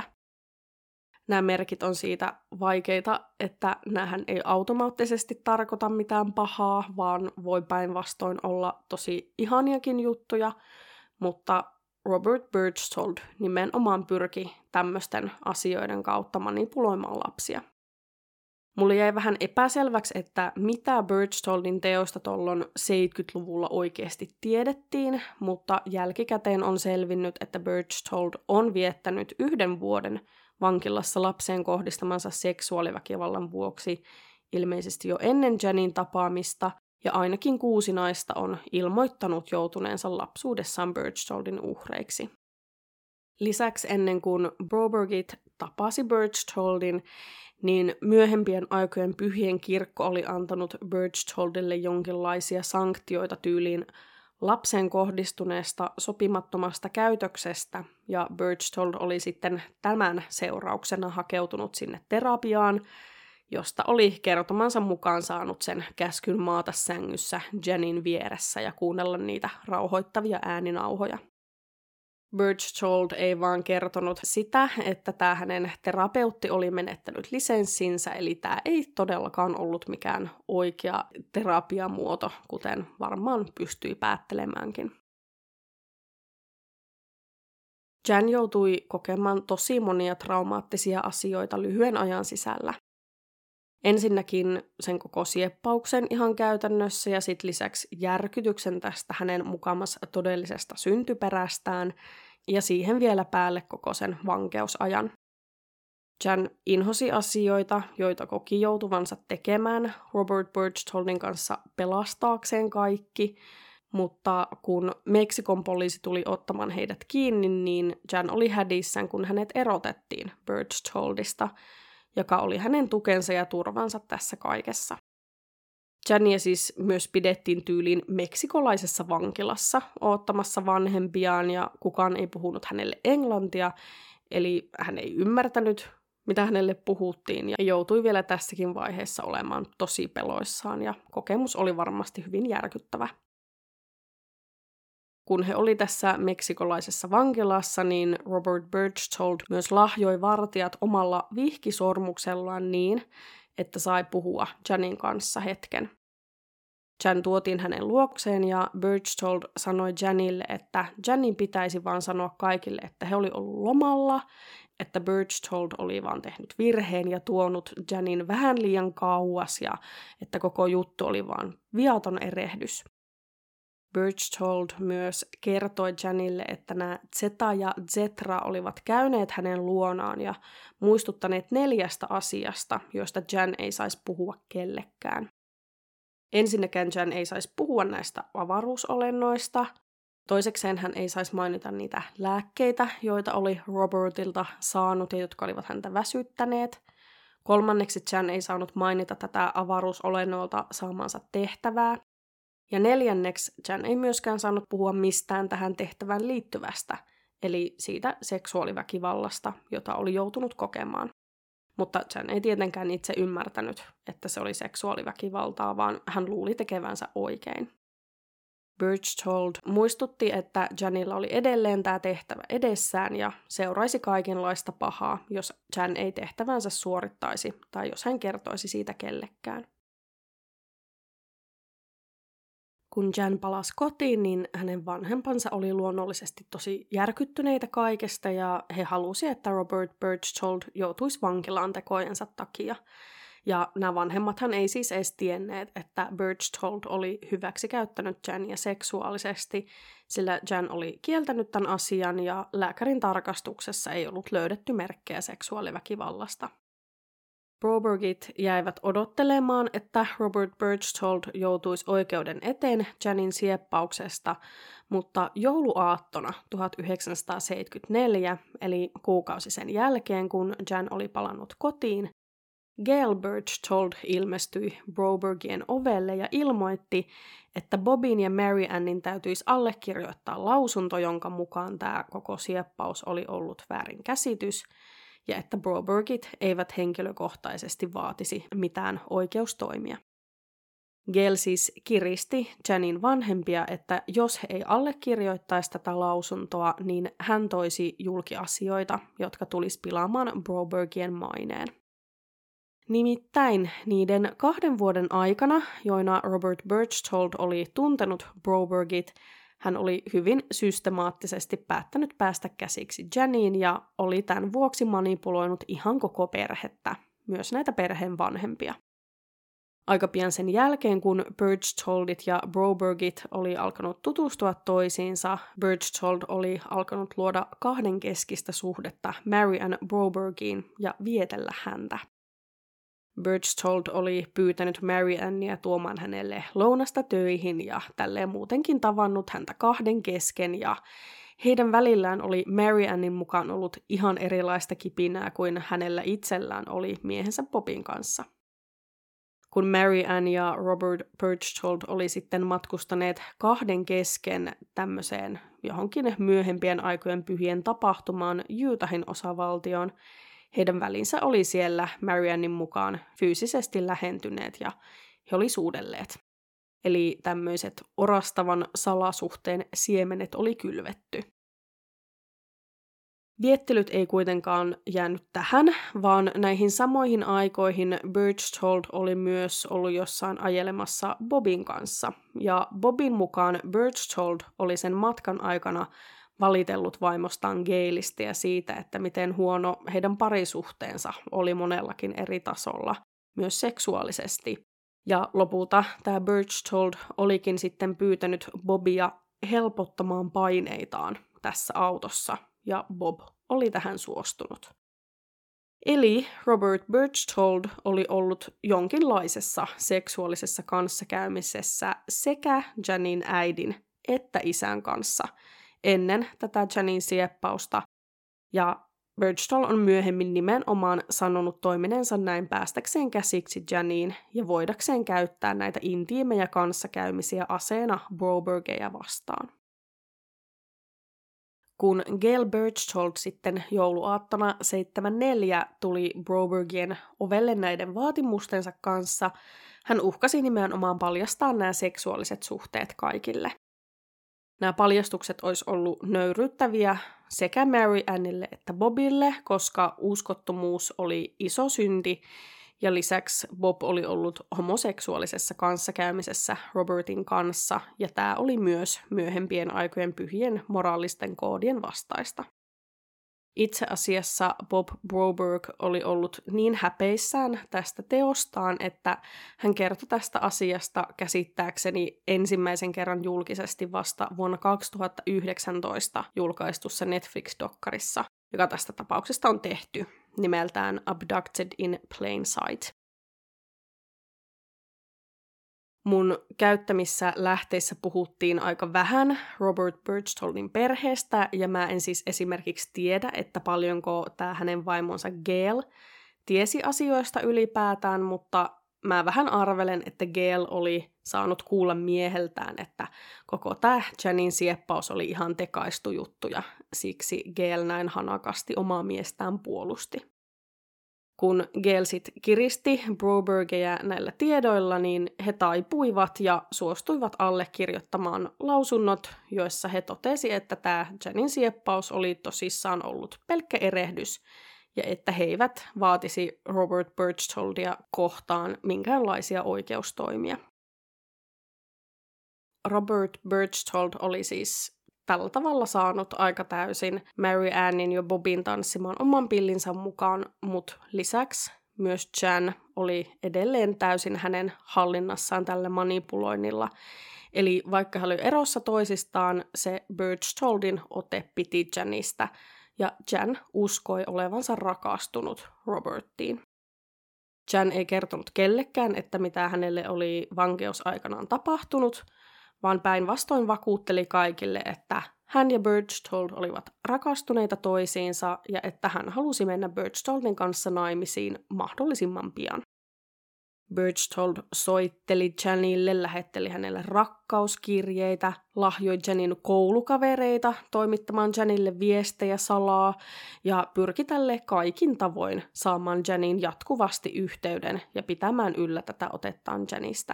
Nämä merkit on siitä vaikeita, että näähän ei automaattisesti tarkoita mitään pahaa, vaan voi päinvastoin olla tosi ihaniakin juttuja, mutta Robert Berchtold nimenomaan pyrki tämmöisten asioiden kautta manipuloimaan lapsia. Mulle jäi vähän epäselväksi, että mitä Berchtoldin teosta tuolloin seitsemänkymmentäluvulla oikeasti tiedettiin, mutta jälkikäteen on selvinnyt, että Berchtold on viettänyt yhden vuoden vankilassa lapseen kohdistamansa seksuaaliväkivallan vuoksi ilmeisesti jo ennen Janin tapaamista, ja ainakin kuusi naista on ilmoittanut joutuneensa lapsuudessaan Berchtoldin uhreiksi. Lisäksi ennen kuin Brobergit tapasi Berchtoldin, niin myöhempien aikojen pyhien kirkko oli antanut Berchtoldille jonkinlaisia sanktioita tyyliin lapseen kohdistuneesta sopimattomasta käytöksestä, ja Berchtold oli sitten tämän seurauksena hakeutunut sinne terapiaan, josta oli kertomansa mukaan saanut sen käskyn maata sängyssä Janin vieressä ja kuunnella niitä rauhoittavia ääninauhoja. Berchtold ei vaan kertonut sitä, että tämä hänen terapeutti oli menettänyt lisenssinsä, eli tämä ei todellakaan ollut mikään oikea terapiamuoto, kuten varmaan pystyi päättelemäänkin. Jan joutui kokemaan tosi monia traumaattisia asioita lyhyen ajan sisällä. Ensinnäkin sen koko sieppauksen ihan käytännössä ja sitten lisäksi järkytyksen tästä hänen mukamas todellisesta syntyperästään ja siihen vielä päälle koko sen vankeusajan. Jan inhosi asioita, joita koki joutuvansa tekemään Robert Berchtoldin kanssa pelastaakseen kaikki, mutta kun Meksikon poliisi tuli ottamaan heidät kiinni, niin Jan oli hädissään, kun hänet erotettiin Berchtoldista, joka oli hänen tukensa ja turvansa tässä kaikessa. Jania siis myös pidettiin tyyliin meksikolaisessa vankilassa oottamassa vanhempiaan ja kukaan ei puhunut hänelle englantia, eli hän ei ymmärtänyt, mitä hänelle puhuttiin ja joutui vielä tässäkin vaiheessa olemaan tosi peloissaan ja kokemus oli varmasti hyvin järkyttävä. Kun he oli tässä meksikolaisessa vankilassa, niin Robert Berchtold myös lahjoi vartijat omalla vihkisormuksellaan niin, että sai puhua Janin kanssa hetken. Jan tuotiin hänen luokseen ja Berchtold sanoi Janille, että Janin pitäisi vaan sanoa kaikille, että he oli ollut lomalla, että Berchtold oli vaan tehnyt virheen ja tuonut Janin vähän liian kauas ja että koko juttu oli vaan viaton erehdys. Berchtold myös kertoi Janille, että nämä Zeta ja Zetra olivat käyneet hänen luonaan ja muistuttaneet neljästä asiasta, joista Jan ei saisi puhua kellekään. Ensinnäkään Jan ei saisi puhua näistä avaruusolennoista. Toisekseen hän ei saisi mainita niitä lääkkeitä, joita oli Robertilta saanut ja jotka olivat häntä väsyttäneet. Kolmanneksi Jan ei saanut mainita tätä avaruusolennoilta saamansa tehtävää. Ja neljänneksi Jan ei myöskään saanut puhua mistään tähän tehtävään liittyvästä, eli siitä seksuaaliväkivallasta, jota oli joutunut kokemaan. Mutta Jan ei tietenkään itse ymmärtänyt, että se oli seksuaaliväkivaltaa, vaan hän luuli tekevänsä oikein. Berchtold muistutti, että Janilla oli edelleen tämä tehtävä edessään ja seuraisi kaikenlaista pahaa, jos Jan ei tehtävänsä suorittaisi tai jos hän kertoisi siitä kellekään. Kun Jan palasi kotiin, niin hänen vanhempansa oli luonnollisesti tosi järkyttyneitä kaikesta ja he halusi, että Robert Berchtold joutuisi vankilaan tekojensa takia. Ja nämä vanhemmathan ei siis edes tienneet, että Berchtold oli hyväksikäyttänyt Jania seksuaalisesti, sillä Jan oli kieltänyt tämän asian ja lääkärin tarkastuksessa ei ollut löydetty merkkejä seksuaaliväkivallasta. Brobergit jäivät odottelemaan, että Robert Berchtold joutuisi oikeuden eteen Janin sieppauksesta, mutta jouluaattona tuhatyhdeksänsataaseitsemänkymmentäneljä, eli kuukausi sen jälkeen, kun Jan oli palannut kotiin, Gail Berchtold ilmestyi Brobergien ovelle ja ilmoitti, että Bobin ja Mary Annin täytyisi allekirjoittaa lausunto, jonka mukaan tämä koko sieppaus oli ollut väärinkäsitys, ja että Brobergit eivät henkilökohtaisesti vaatisi mitään oikeustoimia. Gail siis kiristi Janin vanhempia, että jos he ei allekirjoittaisi tätä lausuntoa, niin hän toisi julkiasioita, jotka tulisi pilaamaan Brobergien maineen. Nimittäin niiden kahden vuoden aikana, joina Robert Berchtold oli tuntenut Brobergit, hän oli hyvin systemaattisesti päättänyt päästä käsiksi Janiin ja oli tämän vuoksi manipuloinut ihan koko perhettä, myös näitä perheen vanhempia. Aika pian sen jälkeen, kun Berchtoldit ja Brobergit oli alkanut tutustua toisiinsa, Berchtold oli alkanut luoda kahdenkeskistä suhdetta Mary Ann Brobergiin ja vietellä häntä. Berchtold oli pyytänyt Mary Annia tuomaan hänelle lounasta töihin ja tälleen muutenkin tavannut häntä kahden kesken ja heidän välillään oli Mary Annin mukaan ollut ihan erilaista kipinää kuin hänellä itsellään oli miehensä Bobin kanssa. Kun Mary Ann ja Robert Berchtold oli sitten matkustaneet kahden kesken tämmöiseen johonkin myöhempien aikojen pyhien tapahtumaan Utahin osavaltioon, heidän välinsä oli siellä Mary Annin mukaan fyysisesti lähentyneet ja he oli suudelleet. Eli tämmöiset orastavan salasuhteen siemenet oli kylvetty. Viettelyt ei kuitenkaan jäänyt tähän, vaan näihin samoihin aikoihin Berchtold oli myös ollut jossain ajelemassa Bobin kanssa, ja Bobin mukaan Berchtold oli sen matkan aikana valitellut vaimostaan Gailista ja siitä, että miten huono heidän parisuhteensa oli monellakin eri tasolla, myös seksuaalisesti. Ja lopulta tämä Berchtold olikin sitten pyytänyt Bobia helpottamaan paineitaan tässä autossa, ja Bob oli tähän suostunut. Eli Robert Berchtold oli ollut jonkinlaisessa seksuaalisessa kanssakäymisessä sekä Janin äidin että isän kanssa ennen tätä Janin sieppausta, ja Berchtold on myöhemmin nimenomaan sanonut toiminensa näin päästäkseen käsiksi Janiin ja voidakseen käyttää näitä intiimejä kanssakäymisiä aseena Brobergeja vastaan. Kun Gail Berchtold sitten jouluaattona seitsemänkymmentäneljä tuli Brobergien ovelle näiden vaatimustensa kanssa, hän uhkasi nimenomaan paljastaa nämä seksuaaliset suhteet kaikille. Nämä paljastukset olisi ollut nöyryyttäviä sekä Mary Annille että Bobille, koska uskottomuus oli iso synti, ja lisäksi Bob oli ollut homoseksuaalisessa kanssakäymisessä Robertin kanssa, ja tämä oli myös myöhempien aikojen pyhien moraalisten koodien vastaista. Itse asiassa Bob Broberg oli ollut niin häpeissään tästä teostaan, että hän kertoi tästä asiasta käsittääkseni ensimmäisen kerran julkisesti vasta vuonna kaksituhattayhdeksäntoista julkaistussa Netflix-dokkarissa, joka tästä tapauksesta on tehty, nimeltään Abducted in Plain Sight. Mun käyttämissä lähteissä puhuttiin aika vähän Robert Berchtoldin perheestä, ja mä en siis esimerkiksi tiedä, että paljonko tämä hänen vaimonsa Gail tiesi asioista ylipäätään, mutta mä vähän arvelen, että Gail oli saanut kuulla mieheltään, että koko tämä Janin sieppaus oli ihan tekaistu juttu, ja siksi Gail näin hanakasti omaa miestään puolusti. Kun Gail sit kiristi Brobergia näillä tiedoilla, niin he taipuivat ja suostuivat allekirjoittamaan lausunnot, joissa he totesi, että tämä Janin sieppaus oli tosissaan ollut pelkkä erehdys, ja että he eivät vaatisi Robert Berchtoldia kohtaan minkäänlaisia oikeustoimia. Robert Berchtold oli siis tällä tavalla saanut aika täysin Mary Annin ja Bobin tanssimaan oman pillinsä mukaan, mutta lisäksi myös Jan oli edelleen täysin hänen hallinnassaan tällä manipuloinnilla. Eli vaikka he olivat erossa toisistaan, se Berchtoldin ote piti Janista, ja Jan uskoi olevansa rakastunut Robertiin. Jan ei kertonut kellekään, että mitä hänelle oli vankeusaikanaan tapahtunut, vaan päinvastoin vakuutteli kaikille, että hän ja Berchtold olivat rakastuneita toisiinsa ja että hän halusi mennä Berchtoldin kanssa naimisiin mahdollisimman pian. Berchtold soitteli Janille, lähetteli hänelle rakkauskirjeitä, lahjoi Janin koulukavereita toimittamaan Janille viestejä salaa ja pyrki tälle kaikin tavoin saamaan Janin jatkuvasti yhteyden ja pitämään yllä tätä otettaan Janista.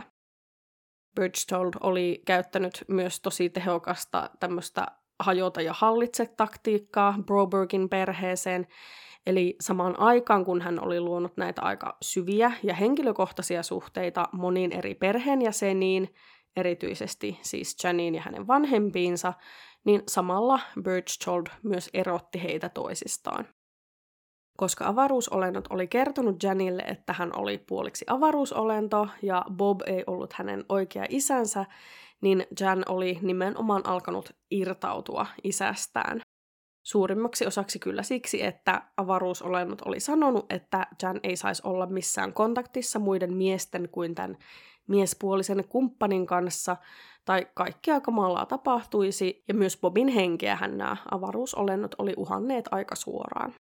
Berchtold oli käyttänyt myös tosi tehokasta tämmöistä hajota ja hallitse taktiikkaa Brobergin perheeseen, eli samaan aikaan kun hän oli luonut näitä aika syviä ja henkilökohtaisia suhteita moniin eri perheenjäseniin, erityisesti siis Janiin ja hänen vanhempiinsa, niin samalla Berchtold myös erotti heitä toisistaan. Koska avaruusolennot oli kertonut Janille, että hän oli puoliksi avaruusolento ja Bob ei ollut hänen oikea isänsä, niin Jan oli nimenomaan alkanut irtautua isästään. Suurimmaksi osaksi kyllä siksi, että avaruusolennot oli sanonut, että Jan ei saisi olla missään kontaktissa muiden miesten kuin tämän miespuolisen kumppanin kanssa, tai kaikkea kamalaa tapahtuisi, ja myös Bobin henkeähän nämä avaruusolennot oli uhanneet aika suoraan.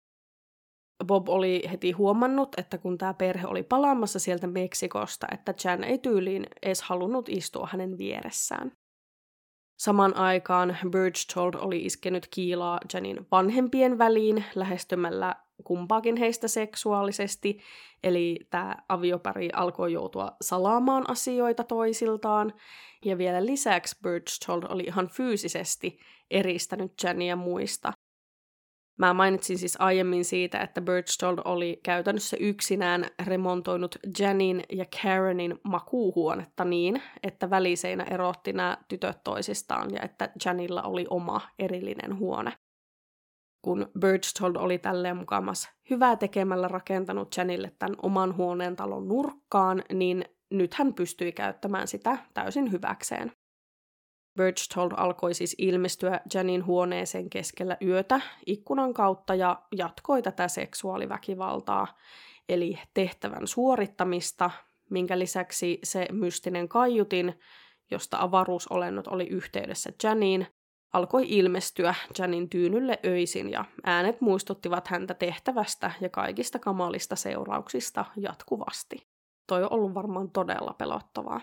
Bob oli heti huomannut, että kun tämä perhe oli palaamassa sieltä Meksikosta, että Jan ei tyyliin edes halunnut istua hänen vieressään. Samaan aikaan Berchtold oli iskenyt kiilaa Janin vanhempien väliin lähestymällä kumpaakin heistä seksuaalisesti, eli tämä aviopari alkoi joutua salaamaan asioita toisiltaan, ja vielä lisäksi Berchtold oli ihan fyysisesti eristänyt Jania muista. Mä mainitsin siis aiemmin siitä, että Berchtold oli käytännössä yksinään remontoinut Janin ja Karenin makuuhuonetta niin, että väliseinä erotti nämä tytöt toisistaan ja että Janilla oli oma erillinen huone. Kun Berchtold oli tälleen mukamas hyvää tekemällä rakentanut Janille tämän oman huoneen talon nurkkaan, niin nyt hän pystyi käyttämään sitä täysin hyväkseen. Berchtold alkoi siis ilmestyä Janin huoneeseen keskellä yötä ikkunan kautta ja jatkoi tätä seksuaaliväkivaltaa, eli tehtävän suorittamista, minkä lisäksi se mystinen kaiutin, josta avaruusolennot oli yhteydessä Janiin, alkoi ilmestyä Janin tyynylle öisin ja äänet muistuttivat häntä tehtävästä ja kaikista kamalista seurauksista jatkuvasti. Toi on ollut varmaan todella pelottavaa.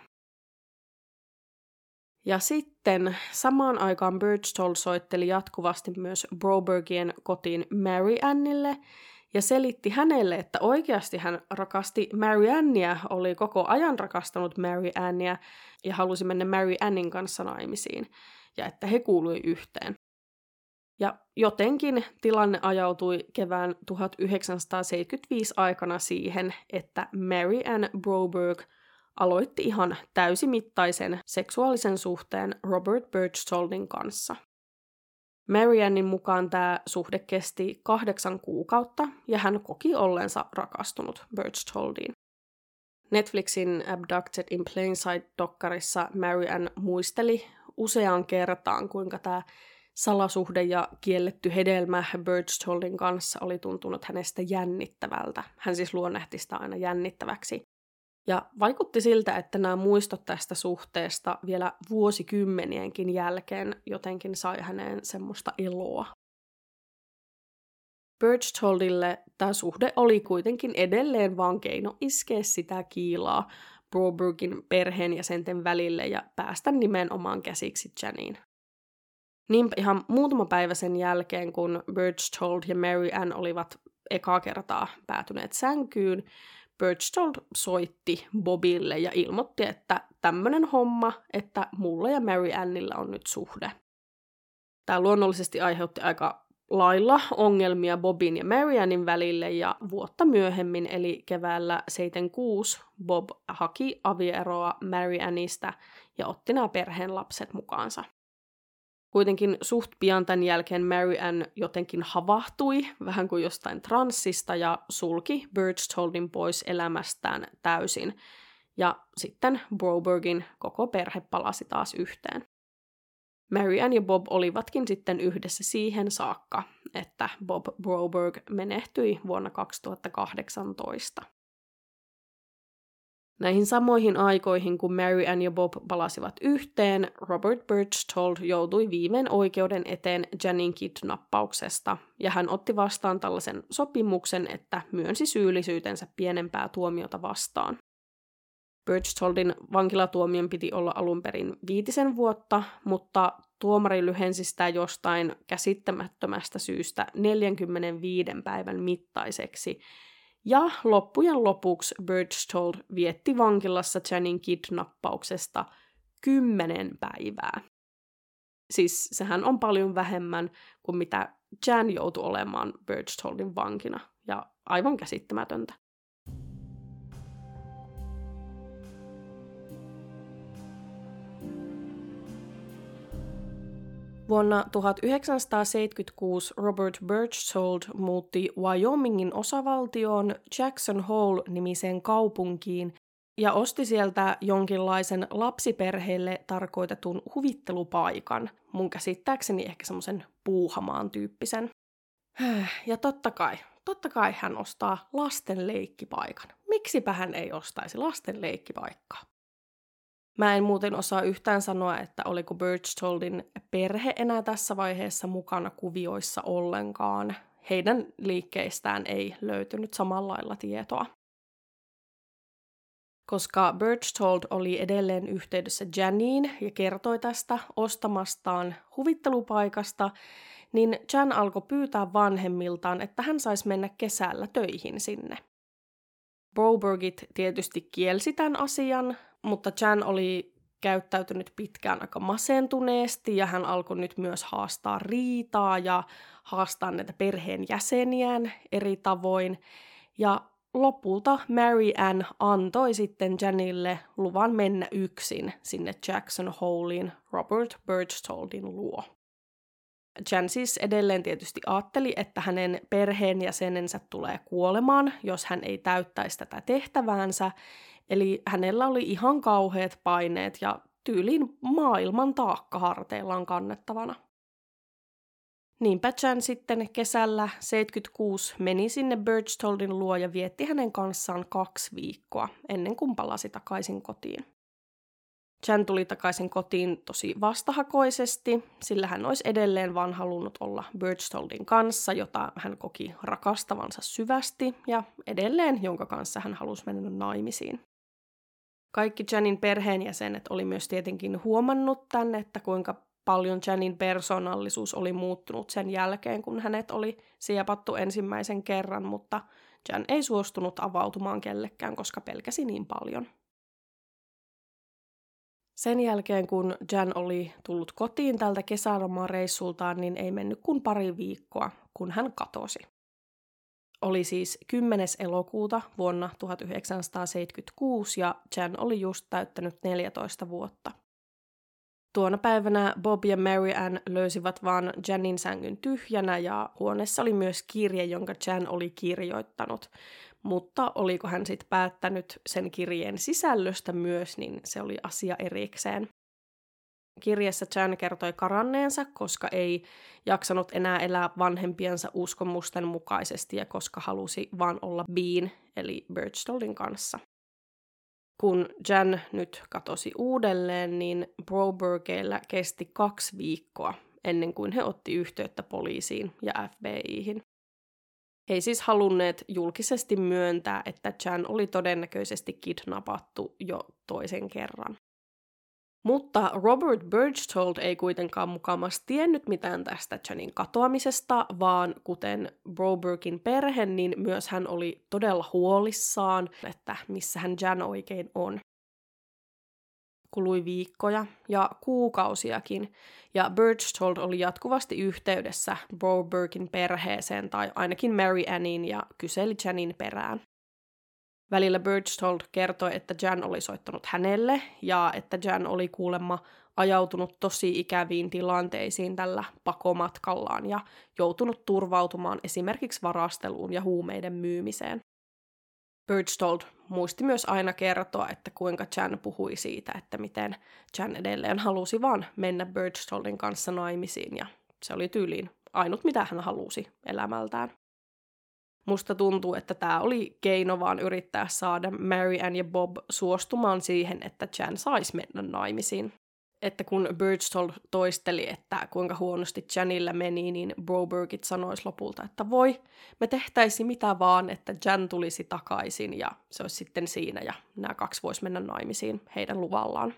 Ja sitten samaan aikaan Berchtold soitteli jatkuvasti myös Brobergien kotiin Mary Annille ja selitti hänelle, että oikeasti hän rakasti Mary Annia, oli koko ajan rakastanut Mary Annia ja halusi mennä Mary Annin kanssa naimisiin ja että he kuului yhteen. Ja jotenkin tilanne ajautui kevään tuhatyhdeksänsataaseitsemänkymmentäviisi aikana siihen, että Mary Ann Broberg aloitti ihan täysimittaisen seksuaalisen suhteen Robert Berchtoldin kanssa. Mary Annin mukaan tämä suhde kesti kahdeksan kuukautta ja hän koki ollensa rakastunut Berchtoldiin. Netflixin Abducted in Plain Sight-dokkarissa Mary Ann muisteli useaan kertaan, kuinka tämä salasuhde ja kielletty hedelmä Berchtoldin kanssa oli tuntunut hänestä jännittävältä. Hän siis luonnehti sitä aina jännittäväksi. Ja vaikutti siltä, että nämä muistot tästä suhteesta vielä vuosikymmenienkin jälkeen jotenkin sai häneen semmoista iloa. Berchtoldille tämä suhde oli kuitenkin edelleen vaan keino iskeä sitä kiilaa Brobergin perheenjäsenten välille ja päästä nimenomaan käsiksi Janiin. Niinpä ihan muutama päivä sen jälkeen, kun Berchtold ja Mary Ann olivat ekaa kertaa päätyneet sänkyyn, Berchtold soitti Bobille ja ilmoitti, että tämmöinen homma, että mulla ja Mary Annilla on nyt suhde. Tämä luonnollisesti aiheutti aika lailla ongelmia Bobin ja Mary Annin välille, ja vuotta myöhemmin, eli keväällä seitsemänkymmentäkuusi, Bob haki avioeroa Mary Annista ja otti nämä perheen lapset mukaansa. Kuitenkin suht pian tämän jälkeen Mary Ann jotenkin havahtui, vähän kuin jostain transsista, ja sulki Berchtoldin pois elämästään täysin. Ja sitten Brobergin koko perhe palasi taas yhteen. Mary Ann ja Bob olivatkin sitten yhdessä siihen saakka, että Bob Broberg menehtyi vuonna kaksituhattakahdeksantoista. Näihin samoihin aikoihin, kun Mary Ann ja Bob palasivat yhteen, Robert Berchtold joutui viimein oikeuden eteen Janin kidnappauksesta, ja hän otti vastaan tällaisen sopimuksen, että myönsi syyllisyytensä pienempää tuomiota vastaan. Berchtoldin vankilatuomion piti olla alun perin viitisen vuotta, mutta tuomari lyhensi sitä jostain käsittämättömästä syystä neljänkymmenenviiden päivän mittaiseksi, ja loppujen lopuksi Berchtold vietti vankilassa Janin kidnappauksesta kymmenen päivää. Siis sehän on paljon vähemmän kuin mitä Jan joutui olemaan Berchtoldin vankina, ja aivan käsittämätöntä. Vuonna tuhatyhdeksänsataaseitsemänkymmentäkuusi Robert Berchtold muutti Wyomingin osavaltioon Jackson Hole-nimiseen kaupunkiin ja osti sieltä jonkinlaisen lapsiperheille tarkoitetun huvittelupaikan, mun käsittääkseni ehkä semmoisen puuhamaan tyyppisen. Ja totta kai, totta kai hän ostaa lasten leikkipaikan. Miksipä hän ei ostaisi lasten leikkipaikkaa? Mä en muuten osaa yhtään sanoa, että oliko Berchtoldin perhe enää tässä vaiheessa mukana kuvioissa ollenkaan. Heidän liikkeistään ei löytynyt samalla lailla tietoa. Koska Berchtold oli edelleen yhteydessä Janiin ja kertoi tästä ostamastaan huvittelupaikasta, niin Jan alkoi pyytää vanhemmiltaan, että hän saisi mennä kesällä töihin sinne. Brobergit tietysti kielsi tämän asian, mutta Jan oli käyttäytynyt pitkään aika masentuneesti ja hän alkoi nyt myös haastaa riitaa ja haastaa näitä perheen jäseniään eri tavoin. Ja lopulta Mary Ann antoi sitten Janille luvan mennä yksin sinne Jackson Holeen Robert Berchtoldin luo. Jan siis edelleen tietysti ajatteli, että hänen perheenjäsenensä tulee kuolemaan, jos hän ei täyttäisi tätä tehtäväänsä, eli hänellä oli ihan kauheat paineet ja tyyliin maailman taakka harteillaan kannettavana. Niinpä Jan sitten kesällä seitsemänkymmentäkuusi meni sinne Berchtoldin luo ja vietti hänen kanssaan kaksi viikkoa ennen kuin palasi takaisin kotiin. Jan tuli takaisin kotiin tosi vastahakoisesti, sillä hän olisi edelleen vaan halunnut olla Berchtoldin kanssa, jota hän koki rakastavansa syvästi ja edelleen jonka kanssa hän halusi mennä naimisiin. Kaikki Janin perheenjäsenet oli myös tietenkin huomannut tänne, että kuinka paljon Janin persoonallisuus oli muuttunut sen jälkeen, kun hänet oli siepattu ensimmäisen kerran, mutta Jan ei suostunut avautumaan kellekään, koska pelkäsi niin paljon. Sen jälkeen, kun Jan oli tullut kotiin tältä kesälomareissultaan, niin ei mennyt kuin pari viikkoa, kun hän katosi. Oli siis kymmenes elokuuta vuonna tuhatyhdeksänsataaseitsemänkymmentäkuusi ja Jan oli just täyttänyt neljätoista vuotta. Tuona päivänä Bob ja Mary Ann löysivät vaan Janin sängyn tyhjänä ja huoneessa oli myös kirje, jonka Jan oli kirjoittanut. Mutta oliko hän sitten päättänyt sen kirjeen sisällöstä myös, niin se oli asia erikseen. Kirjeessä Jan kertoi karanneensa, koska ei jaksanut enää elää vanhempiensa uskomusten mukaisesti ja koska halusi vaan olla Bean, eli Berchtoldin kanssa. Kun Jan nyt katosi uudelleen, niin Brobergeillä kesti kaksi viikkoa ennen kuin he otti yhteyttä poliisiin ja F B I:hin. He ei siis halunneet julkisesti myöntää, että Jan oli todennäköisesti kidnappattu jo toisen kerran. Mutta Robert Berchtold ei kuitenkaan mukamas tiennyt mitään tästä Janin katoamisesta, vaan kuten Brobergin perhe, niin myös hän oli todella huolissaan, että missähän Jan oikein on. Kului viikkoja ja kuukausiakin, ja Berchtold oli jatkuvasti yhteydessä Brobergin perheeseen tai ainakin Mary Anniin ja kyseli Janin perään. Välillä Berchtold kertoi, että Jan oli soittanut hänelle ja että Jan oli kuulemma ajautunut tosi ikäviin tilanteisiin tällä pakomatkallaan ja joutunut turvautumaan esimerkiksi varasteluun ja huumeiden myymiseen. Berchtold muisti myös aina kertoa, että kuinka Jan puhui siitä, että miten Jan edelleen halusi vaan mennä Berchtoldin kanssa naimisiin ja se oli tyyliin ainut mitä hän halusi elämältään. Musta tuntuu, että tämä oli keino vaan yrittää saada Mary Ann ja Bob suostumaan siihen, että Jan saisi mennä naimisiin. Että kun Berchtold toisteli, että kuinka huonosti Janilla meni, niin Brobergit sanoisi lopulta, että voi, me tehtäisiin mitä vaan, että Jan tulisi takaisin ja se olisi sitten siinä ja nämä kaksi vois mennä naimisiin heidän luvallaan.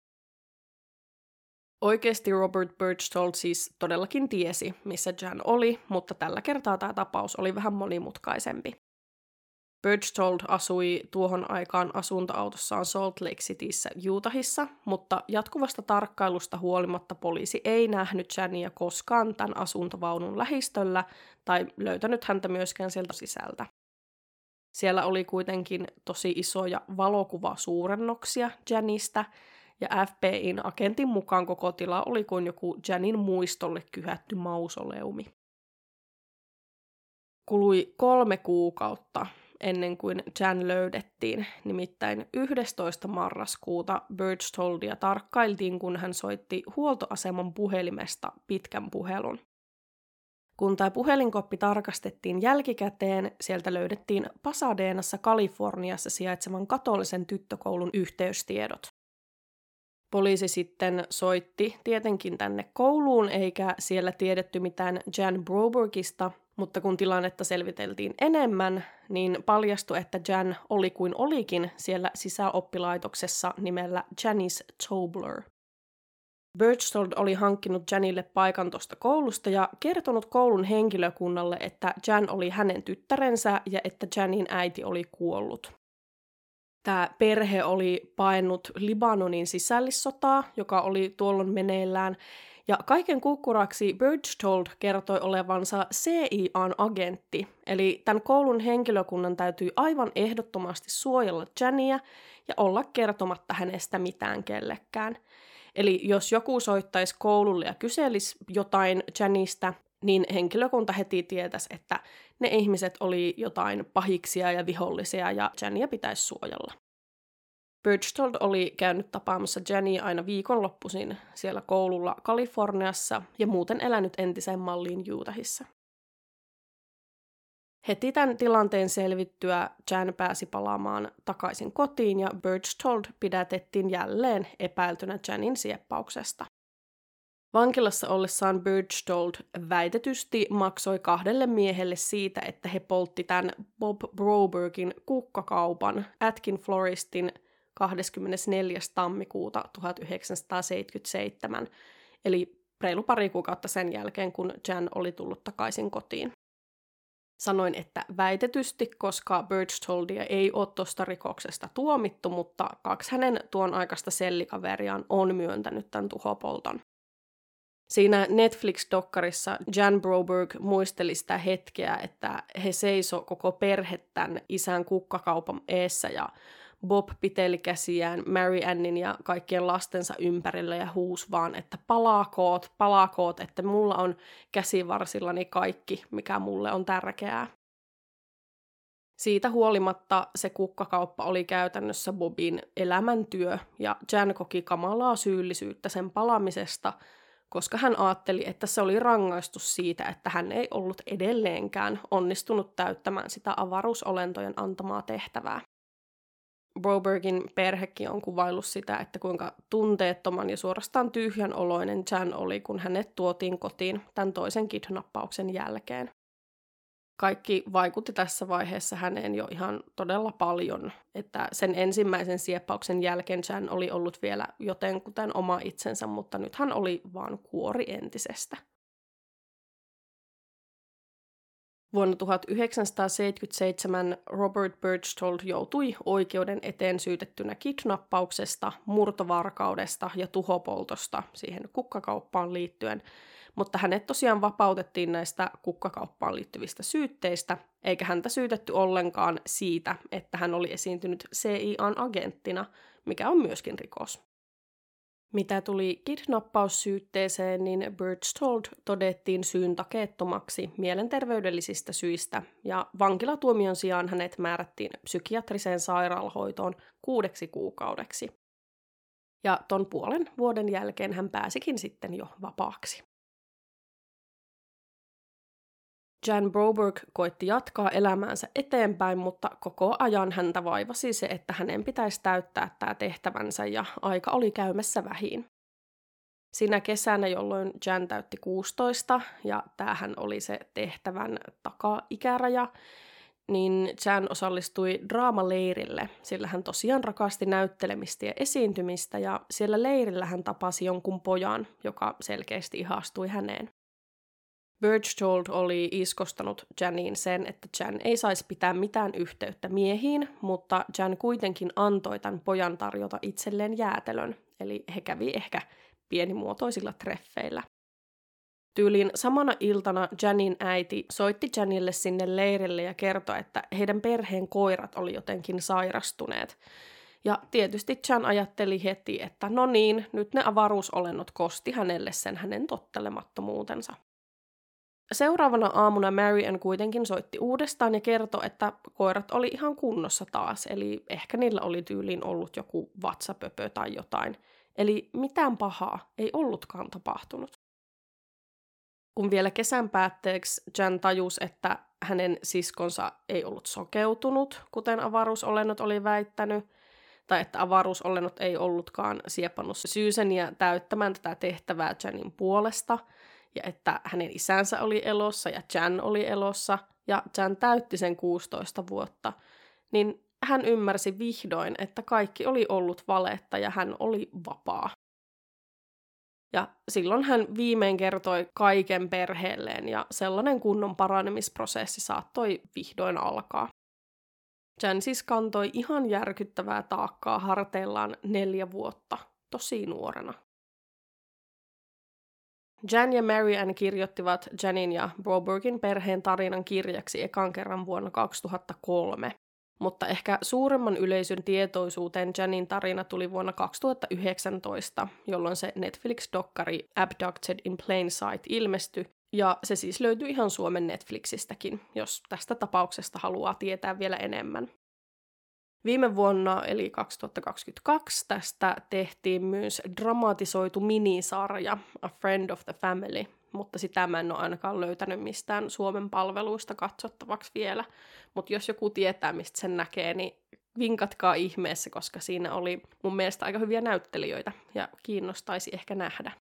Oikeasti Robert Berchtold siis todellakin tiesi, missä Jan oli, mutta tällä kertaa tämä tapaus oli vähän monimutkaisempi. Berchtold asui tuohon aikaan asuntoautossaan Salt Lake Cityssä Utahissa, mutta jatkuvasta tarkkailusta huolimatta poliisi ei nähnyt Jania koskaan tämän asuntovaunun lähistöllä tai löytänyt häntä myöskään sieltä sisältä. Siellä oli kuitenkin tosi isoja valokuvasuurennoksia Janista, ja F B I:n agentin mukaan koko tila oli kuin joku Janin muistolle kyhätty mausoleumi. Kului kolme kuukautta ennen kuin Jan löydettiin, nimittäin yhdestoista marraskuuta Berchtoldia tarkkailtiin, kun hän soitti huoltoaseman puhelimesta pitkän puhelun. Kun tämä puhelinkoppi tarkastettiin jälkikäteen, sieltä löydettiin Pasadenassa, Kaliforniassa sijaitsevan katolisen tyttökoulun yhteystiedot. Poliisi sitten soitti tietenkin tänne kouluun, eikä siellä tiedetty mitään Jan Brobergista, mutta kun tilannetta selviteltiin enemmän, niin paljastui, että Jan oli kuin olikin siellä sisäoppilaitoksessa nimellä Janice Tobler. Berchtold oli hankkinut Janille paikan tuosta koulusta ja kertonut koulun henkilökunnalle, että Jan oli hänen tyttärensä ja että Janin äiti oli kuollut. Tämä perhe oli paennut Libanonin sisällissotaa, joka oli tuolloin meneillään, ja kaiken kukkuraksi Berchtold kertoi olevansa C I A:n agentti, eli tämän koulun henkilökunnan täytyi aivan ehdottomasti suojella Jania ja olla kertomatta hänestä mitään kellekään. Eli jos joku soittaisi koululle ja kyselisi jotain Janista, niin henkilökunta heti tietäisi, että ne ihmiset oli jotain pahiksia ja vihollisia ja Jania pitäisi suojella. Berchtold oli käynyt tapaamassa Jania aina viikonloppuisin siellä koululla Kaliforniassa ja muuten elänyt entiseen malliin Utahissa. Heti tämän tilanteen selvittyä Jan pääsi palaamaan takaisin kotiin ja Berchtold pidätettiin jälleen epäiltynä Janin sieppauksesta. Vankilassa ollessaan Berchtold väitetysti maksoi kahdelle miehelle siitä, että he poltti tämän Bob Brobergin kukkakaupan Atkin Floristin kahdeskymmenesneljäs tammikuuta tuhatyhdeksänsataaseitsemänkymmentäseitsemän, eli reilu pari kuukautta sen jälkeen, kun Jan oli tullut takaisin kotiin. Sanoin, että väitetysti, koska Berchtoldia ei ole tuosta rikoksesta tuomittu, mutta kaksi hänen tuon aikaista sellikaveriaan on myöntänyt tämän tuhopolton. Siinä Netflix-dokkarissa Jan Broberg muisteli sitä hetkeä, että he seiso koko perhe tämän isän kukkakaupan eessä ja Bob piteli käsiään Mary Annin ja kaikkien lastensa ympärillä ja huusi vaan, että palaakoot, palaakoot, että mulla on käsivarsillani kaikki, mikä mulle on tärkeää. Siitä huolimatta se kukkakauppa oli käytännössä Bobin elämäntyö ja Jan koki kamalaa syyllisyyttä sen palamisesta, koska hän ajatteli, että se oli rangaistus siitä, että hän ei ollut edelleenkään onnistunut täyttämään sitä avaruusolentojen antamaa tehtävää. Brobergin perhekin on kuvaillut sitä, että kuinka tunteettoman ja suorastaan tyhjän oloinen Jan oli, kun hänet tuotiin kotiin tämän toisen kidnappauksen jälkeen. kaikki vaikutti tässä vaiheessa häneen jo ihan todella paljon, että sen ensimmäisen sieppauksen jälkeen Jan oli ollut vielä jotenkuten oma itsensä, mutta nyt hän oli vaan kuori entisestä. Vuonna tuhatyhdeksänsataaseitsemänkymmentäseitsemän Robert Berchtold joutui oikeuden eteen syytettynä kidnappauksesta, murtovarkaudesta ja tuhopoltosta siihen kukkakauppaan liittyen, mutta hänet tosiaan vapautettiin näistä kukkakauppaan liittyvistä syytteistä, eikä häntä syytetty ollenkaan siitä, että hän oli esiintynyt C I A:n agenttina, mikä on myöskin rikos. Mitä tuli kidnappaussyytteeseen, niin Berchtold todettiin syyntakeettomaksi mielenterveydellisistä syistä, ja vankilatuomion sijaan hänet määrättiin psykiatriseen sairaalahoitoon kuudeksi kuukaudeksi. Ja ton puolen vuoden jälkeen hän pääsikin sitten jo vapaaksi. Jan Broberg koitti jatkaa elämäänsä eteenpäin, mutta koko ajan häntä vaivasi se, että hänen pitäisi täyttää tämä tehtävänsä ja aika oli käymässä vähiin. Siinä kesänä, jolloin Jan täytti kuusitoista ja tämähän oli se tehtävän taka-ikäraja, niin Jan osallistui draamaleirille, sillä hän tosiaan rakasti näyttelemistä ja esiintymistä ja siellä leirillä hän tapasi jonkun pojan, joka selkeästi ihastui häneen. Berchtold oli iskostanut Janiin sen, että Jan ei saisi pitää mitään yhteyttä miehiin, mutta Jan kuitenkin antoi tämän pojan tarjota itselleen jäätelön, eli he kävi ehkä pienimuotoisilla treffeillä. Tyyliin samana iltana Janin äiti soitti Janille sinne leirille ja kertoi, että heidän perheen koirat oli jotenkin sairastuneet. Ja tietysti Jan ajatteli heti, että no niin, nyt ne avaruusolennot kosti hänelle sen hänen tottelemattomuutensa. Seuraavana aamuna Mary Ann kuitenkin soitti uudestaan ja kertoi, että koirat oli ihan kunnossa taas, eli ehkä niillä oli tyyliin ollut joku vatsapöpö tai jotain. Eli mitään pahaa ei ollutkaan tapahtunut. Kun vielä kesän päätteeksi Jan tajusi, että hänen siskonsa ei ollut sokeutunut, kuten avaruusolennot oli väittänyt, tai että avaruusolennot ei ollutkaan sieppannut Susania täyttämään tätä tehtävää Janin puolesta, ja että hänen isänsä oli elossa ja Jan oli elossa, ja Jan täytti sen kuusitoista vuotta, niin hän ymmärsi vihdoin, että kaikki oli ollut valetta ja hän oli vapaa. Ja silloin hän viimein kertoi kaiken perheelleen, ja sellainen kunnon paranemisprosessi saattoi vihdoin alkaa. Jan siis kantoi ihan järkyttävää taakkaa harteillaan neljä vuotta, tosi nuorena. Jan ja Mary Ann kirjoittivat Janin ja Brobergin perheen tarinan kirjaksi ekan kerran vuonna kaksituhattakolme, mutta ehkä suuremman yleisön tietoisuuteen Janin tarina tuli vuonna kaksituhattayhdeksäntoista, jolloin se Netflix-dokkari Abducted in Plain Sight ilmestyi, ja se siis löytyi ihan Suomen Netflixistäkin, jos tästä tapauksesta haluaa tietää vielä enemmän. Viime vuonna, eli kaksituhattakaksikymmentäkaksi, tästä tehtiin myös dramatisoitu minisarja A Friend of the Family, mutta sitä mä en ole ainakaan löytänyt mistään Suomen palveluista katsottavaksi vielä. Mutta jos joku tietää, mistä sen näkee, niin vinkatkaa ihmeessä, koska siinä oli mun mielestä aika hyviä näyttelijöitä ja kiinnostaisi ehkä nähdä.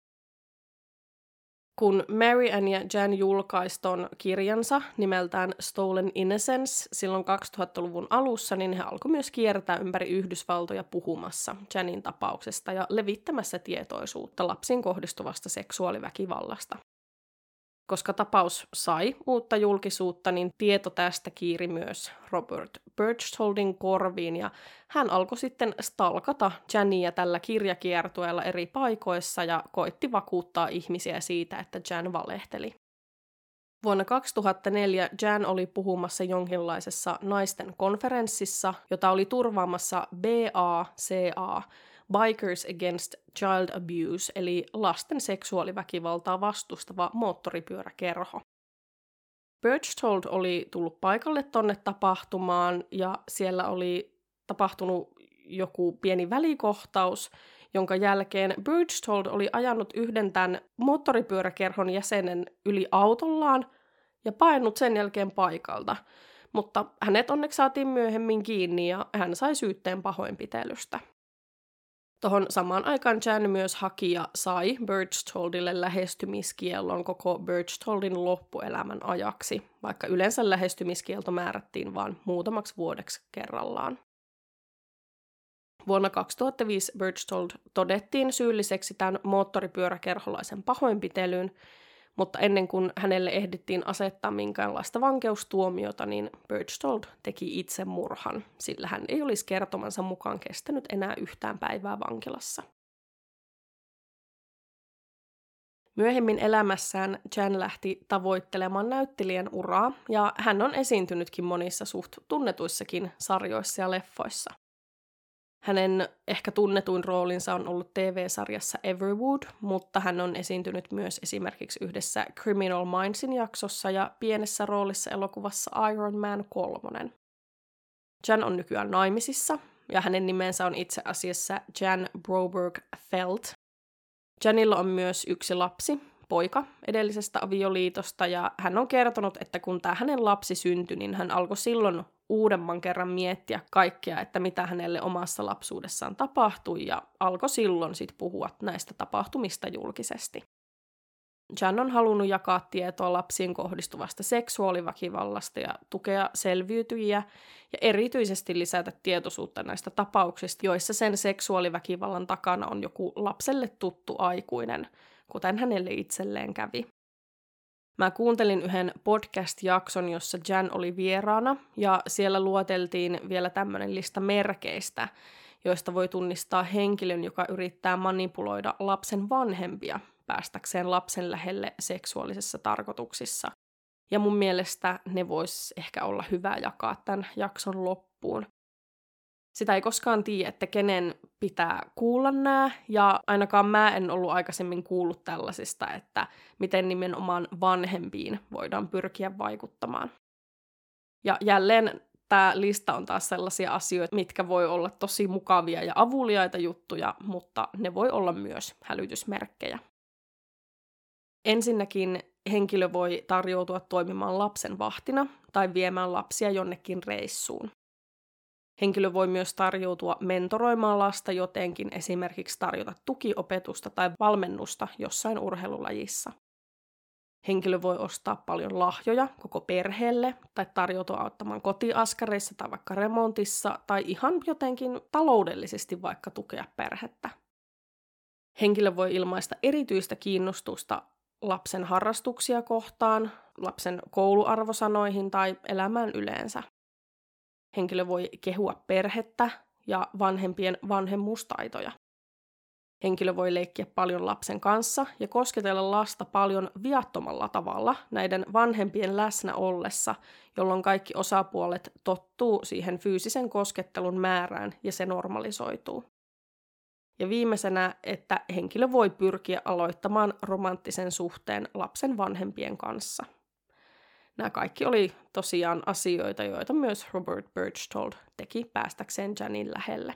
Kun Mary Ann ja Jan julkaisi ton kirjansa nimeltään Stolen Innocence silloin kaksituhattaluvun alussa, niin he alkoi myös kiertää ympäri Yhdysvaltoja puhumassa Janin tapauksesta ja levittämässä tietoisuutta lapsiin kohdistuvasta seksuaaliväkivallasta. Koska tapaus sai uutta julkisuutta, niin tieto tästä kiiri myös Robert Berchtoldin korviin, ja hän alkoi sitten stalkata Jania tällä kirjakiertueella eri paikoissa ja koitti vakuuttaa ihmisiä siitä, että Jan valehteli. Vuonna kaksituhattaneljä Jan oli puhumassa jonkinlaisessa naisten konferenssissa, jota oli turvaamassa B A C A, Bikers Against Child Abuse, eli lasten seksuaaliväkivaltaa vastustava moottoripyöräkerho. Berchtold oli tullut paikalle tonne tapahtumaan, ja siellä oli tapahtunut joku pieni välikohtaus, jonka jälkeen Berchtold oli ajanut yhden tämän moottoripyöräkerhon jäsenen yli autollaan ja painut sen jälkeen paikalta, mutta hänet onneksi saatiin myöhemmin kiinni ja hän sai syytteen pahoinpitelystä. Tuohon samaan aikaan Jan myös haki ja sai Berchtoldille lähestymiskiellon koko Berchtoldin loppuelämän ajaksi, vaikka yleensä lähestymiskielto määrättiin vain muutamaksi vuodeksi kerrallaan. Vuonna kaksituhattaviisi Berchtold todettiin syylliseksi tämän moottoripyöräkerholaisen pahoinpitelyyn, mutta ennen kuin hänelle ehdittiin asettaa minkäänlaista vankeustuomiota, niin Berchtold teki itsemurhan, sillä hän ei olisi kertomansa mukaan kestänyt enää yhtään päivää vankilassa. Myöhemmin elämässään Jan lähti tavoittelemaan näyttelijän uraa, ja hän on esiintynytkin monissa suht tunnetuissakin sarjoissa ja leffoissa. Hänen ehkä tunnetuin roolinsa on ollut T V-sarjassa Everwood, mutta hän on esiintynyt myös esimerkiksi yhdessä Criminal Mindsin jaksossa ja pienessä roolissa elokuvassa Iron Man kolme. Jan on nykyään naimisissa, ja hänen nimensä on itse asiassa Jan Broberg Felt. Janilla on myös yksi lapsi, poika, edellisestä avioliitosta, ja hän on kertonut, että kun tämä hänen lapsi syntyi, niin hän alkoi silloin uudemman kerran miettiä kaikkea, että mitä hänelle omassa lapsuudessaan tapahtui, ja alkoi silloin sitten puhua näistä tapahtumista julkisesti. Jan on halunnut jakaa tietoa lapsiin kohdistuvasta seksuaaliväkivallasta ja tukea selviytyjiä, ja erityisesti lisätä tietoisuutta näistä tapauksista, joissa sen seksuaaliväkivallan takana on joku lapselle tuttu aikuinen, kuten hänelle itselleen kävi. Mä kuuntelin yhden podcast-jakson, jossa Jan oli vieraana, ja siellä luoteltiin vielä tämmöinen lista merkeistä, joista voi tunnistaa henkilön, joka yrittää manipuloida lapsen vanhempia päästäkseen lapsen lähelle seksuaalisessa tarkoituksissa. Ja mun mielestä ne vois ehkä olla hyvä jakaa tämän jakson loppuun. Sitä ei koskaan tiedä, että kenen pitää kuulla nämä, ja ainakaan mä en ollut aikaisemmin kuullut tällaisista, että miten nimenomaan vanhempiin voidaan pyrkiä vaikuttamaan. Ja jälleen tämä lista on taas sellaisia asioita, mitkä voi olla tosi mukavia ja avuliaita juttuja, mutta ne voi olla myös hälytysmerkkejä. Ensinnäkin henkilö voi tarjoutua toimimaan lapsen vahtina tai viemään lapsia jonnekin reissuun. Henkilö voi myös tarjoutua mentoroimaan lasta jotenkin, esimerkiksi tarjota tukiopetusta tai valmennusta jossain urheilulajissa. Henkilö voi ostaa paljon lahjoja koko perheelle tai tarjoutua auttamaan kotiaskareissa tai vaikka remontissa tai ihan jotenkin taloudellisesti vaikka tukea perhettä. Henkilö voi ilmaista erityistä kiinnostusta lapsen harrastuksia kohtaan, lapsen kouluarvosanoihin tai elämään yleensä. Henkilö voi kehua perhettä ja vanhempien vanhemmuustaitoja. Henkilö voi leikkiä paljon lapsen kanssa ja kosketella lasta paljon viattomalla tavalla näiden vanhempien läsnä ollessa, jolloin kaikki osapuolet tottuu siihen fyysisen koskettelun määrään ja se normalisoituu. Ja viimeisenä, että henkilö voi pyrkiä aloittamaan romanttisen suhteen lapsen vanhempien kanssa. Nämä kaikki oli tosiaan asioita, joita myös Robert Berchtold teki päästäkseen Janin lähelle.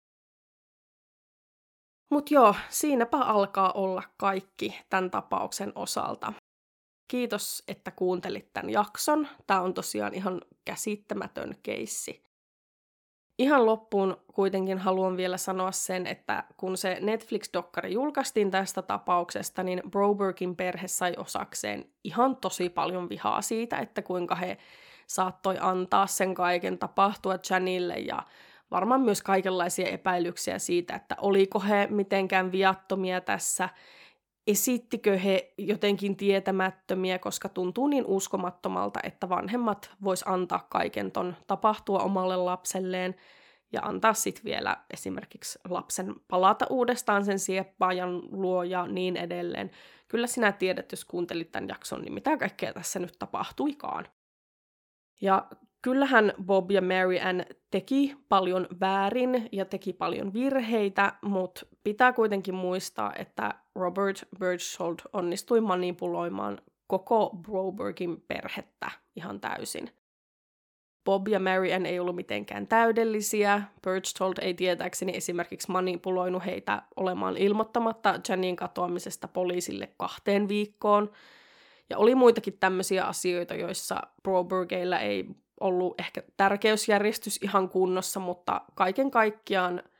Mutta joo, siinäpä alkaa olla kaikki tämän tapauksen osalta. Kiitos, että kuuntelit tämän jakson. Tämä on tosiaan ihan käsittämätön keissi. Ihan loppuun kuitenkin haluan vielä sanoa sen, että kun se Netflix-dokkari julkaistiin tästä tapauksesta, niin Brobergin perhe sai osakseen ihan tosi paljon vihaa siitä, että kuinka he saattoi antaa sen kaiken tapahtua Janille ja varmaan myös kaikenlaisia epäilyksiä siitä, että oliko he mitenkään viattomia tässä, esittikö he jotenkin tietämättömiä, koska tuntuu niin uskomattomalta, että vanhemmat vois antaa kaiken ton tapahtua omalle lapselleen ja antaa sitten vielä esimerkiksi lapsen palata uudestaan sen sieppaajan luo ja niin edelleen. Kyllä sinä tiedät, jos kuuntelit tämän jakson, niin mitä kaikkea tässä nyt tapahtuikaan. Ja kyllähän Bob ja Mary Ann teki paljon väärin ja teki paljon virheitä, mutta pitää kuitenkin muistaa, että Robert Berchtold onnistui manipuloimaan koko Brobergin perhettä ihan täysin. Bob ja Mary Ann ei ollut mitenkään täydellisiä. Berchtold ei tietääkseni esimerkiksi manipuloinut heitä olemaan ilmoittamatta Janin katoamisesta poliisille kahteen viikkoon. Ja oli muitakin tämmöisiä asioita, joissa Brobergeillä ei ollut ehkä tärkeysjärjestys ihan kunnossa, mutta kaiken kaikkiaan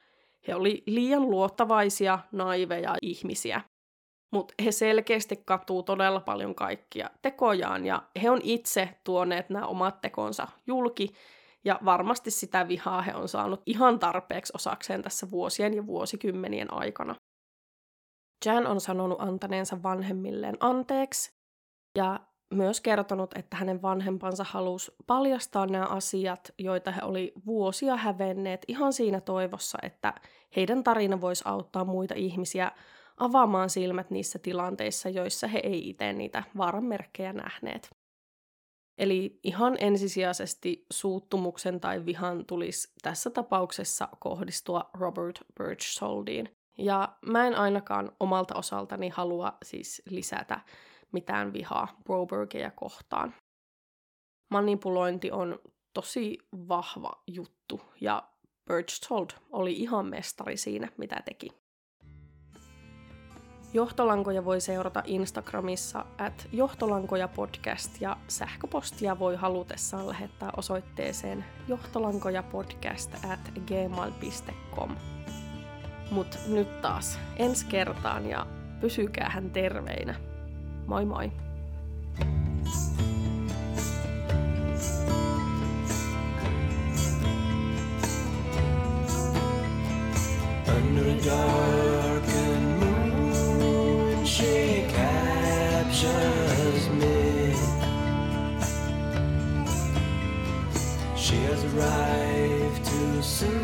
He oli liian luottavaisia, naiveja ihmisiä. Mutta he selkeästi katuu todella paljon kaikkia tekojaan, ja he on itse tuoneet nämä omat tekonsa julki, ja varmasti sitä vihaa he on saanut ihan tarpeeksi osakseen tässä vuosien ja vuosikymmenien aikana. Jan on sanonut antaneensa vanhemmilleen anteeksi, ja myös kertonut, että hänen vanhempansa halusi paljastaa nämä asiat, joita he oli vuosia hävenneet ihan siinä toivossa, että heidän tarina voisi auttaa muita ihmisiä avaamaan silmät niissä tilanteissa, joissa he ei itse niitä vaaranmerkkejä nähneet. Eli ihan ensisijaisesti suuttumuksen tai vihan tulisi tässä tapauksessa kohdistua Robert Berchsoldiin. Ja mä en ainakaan omalta osaltani halua siis lisätä mitään vihaa Brobergia kohtaan. Manipulointi on tosi vahva juttu, ja Berchtold oli ihan mestari siinä, mitä teki. Johtolankoja voi seurata Instagramissa at johtolankojapodcast, ja sähköpostia voi halutessaan lähettää osoitteeseen johtolankojapodcast at gmail piste com. Mut nyt taas ensi kertaan, ja pysykäähän terveinä. Moi moi! Under a darkened moon, she captures me. She has arrived too soon.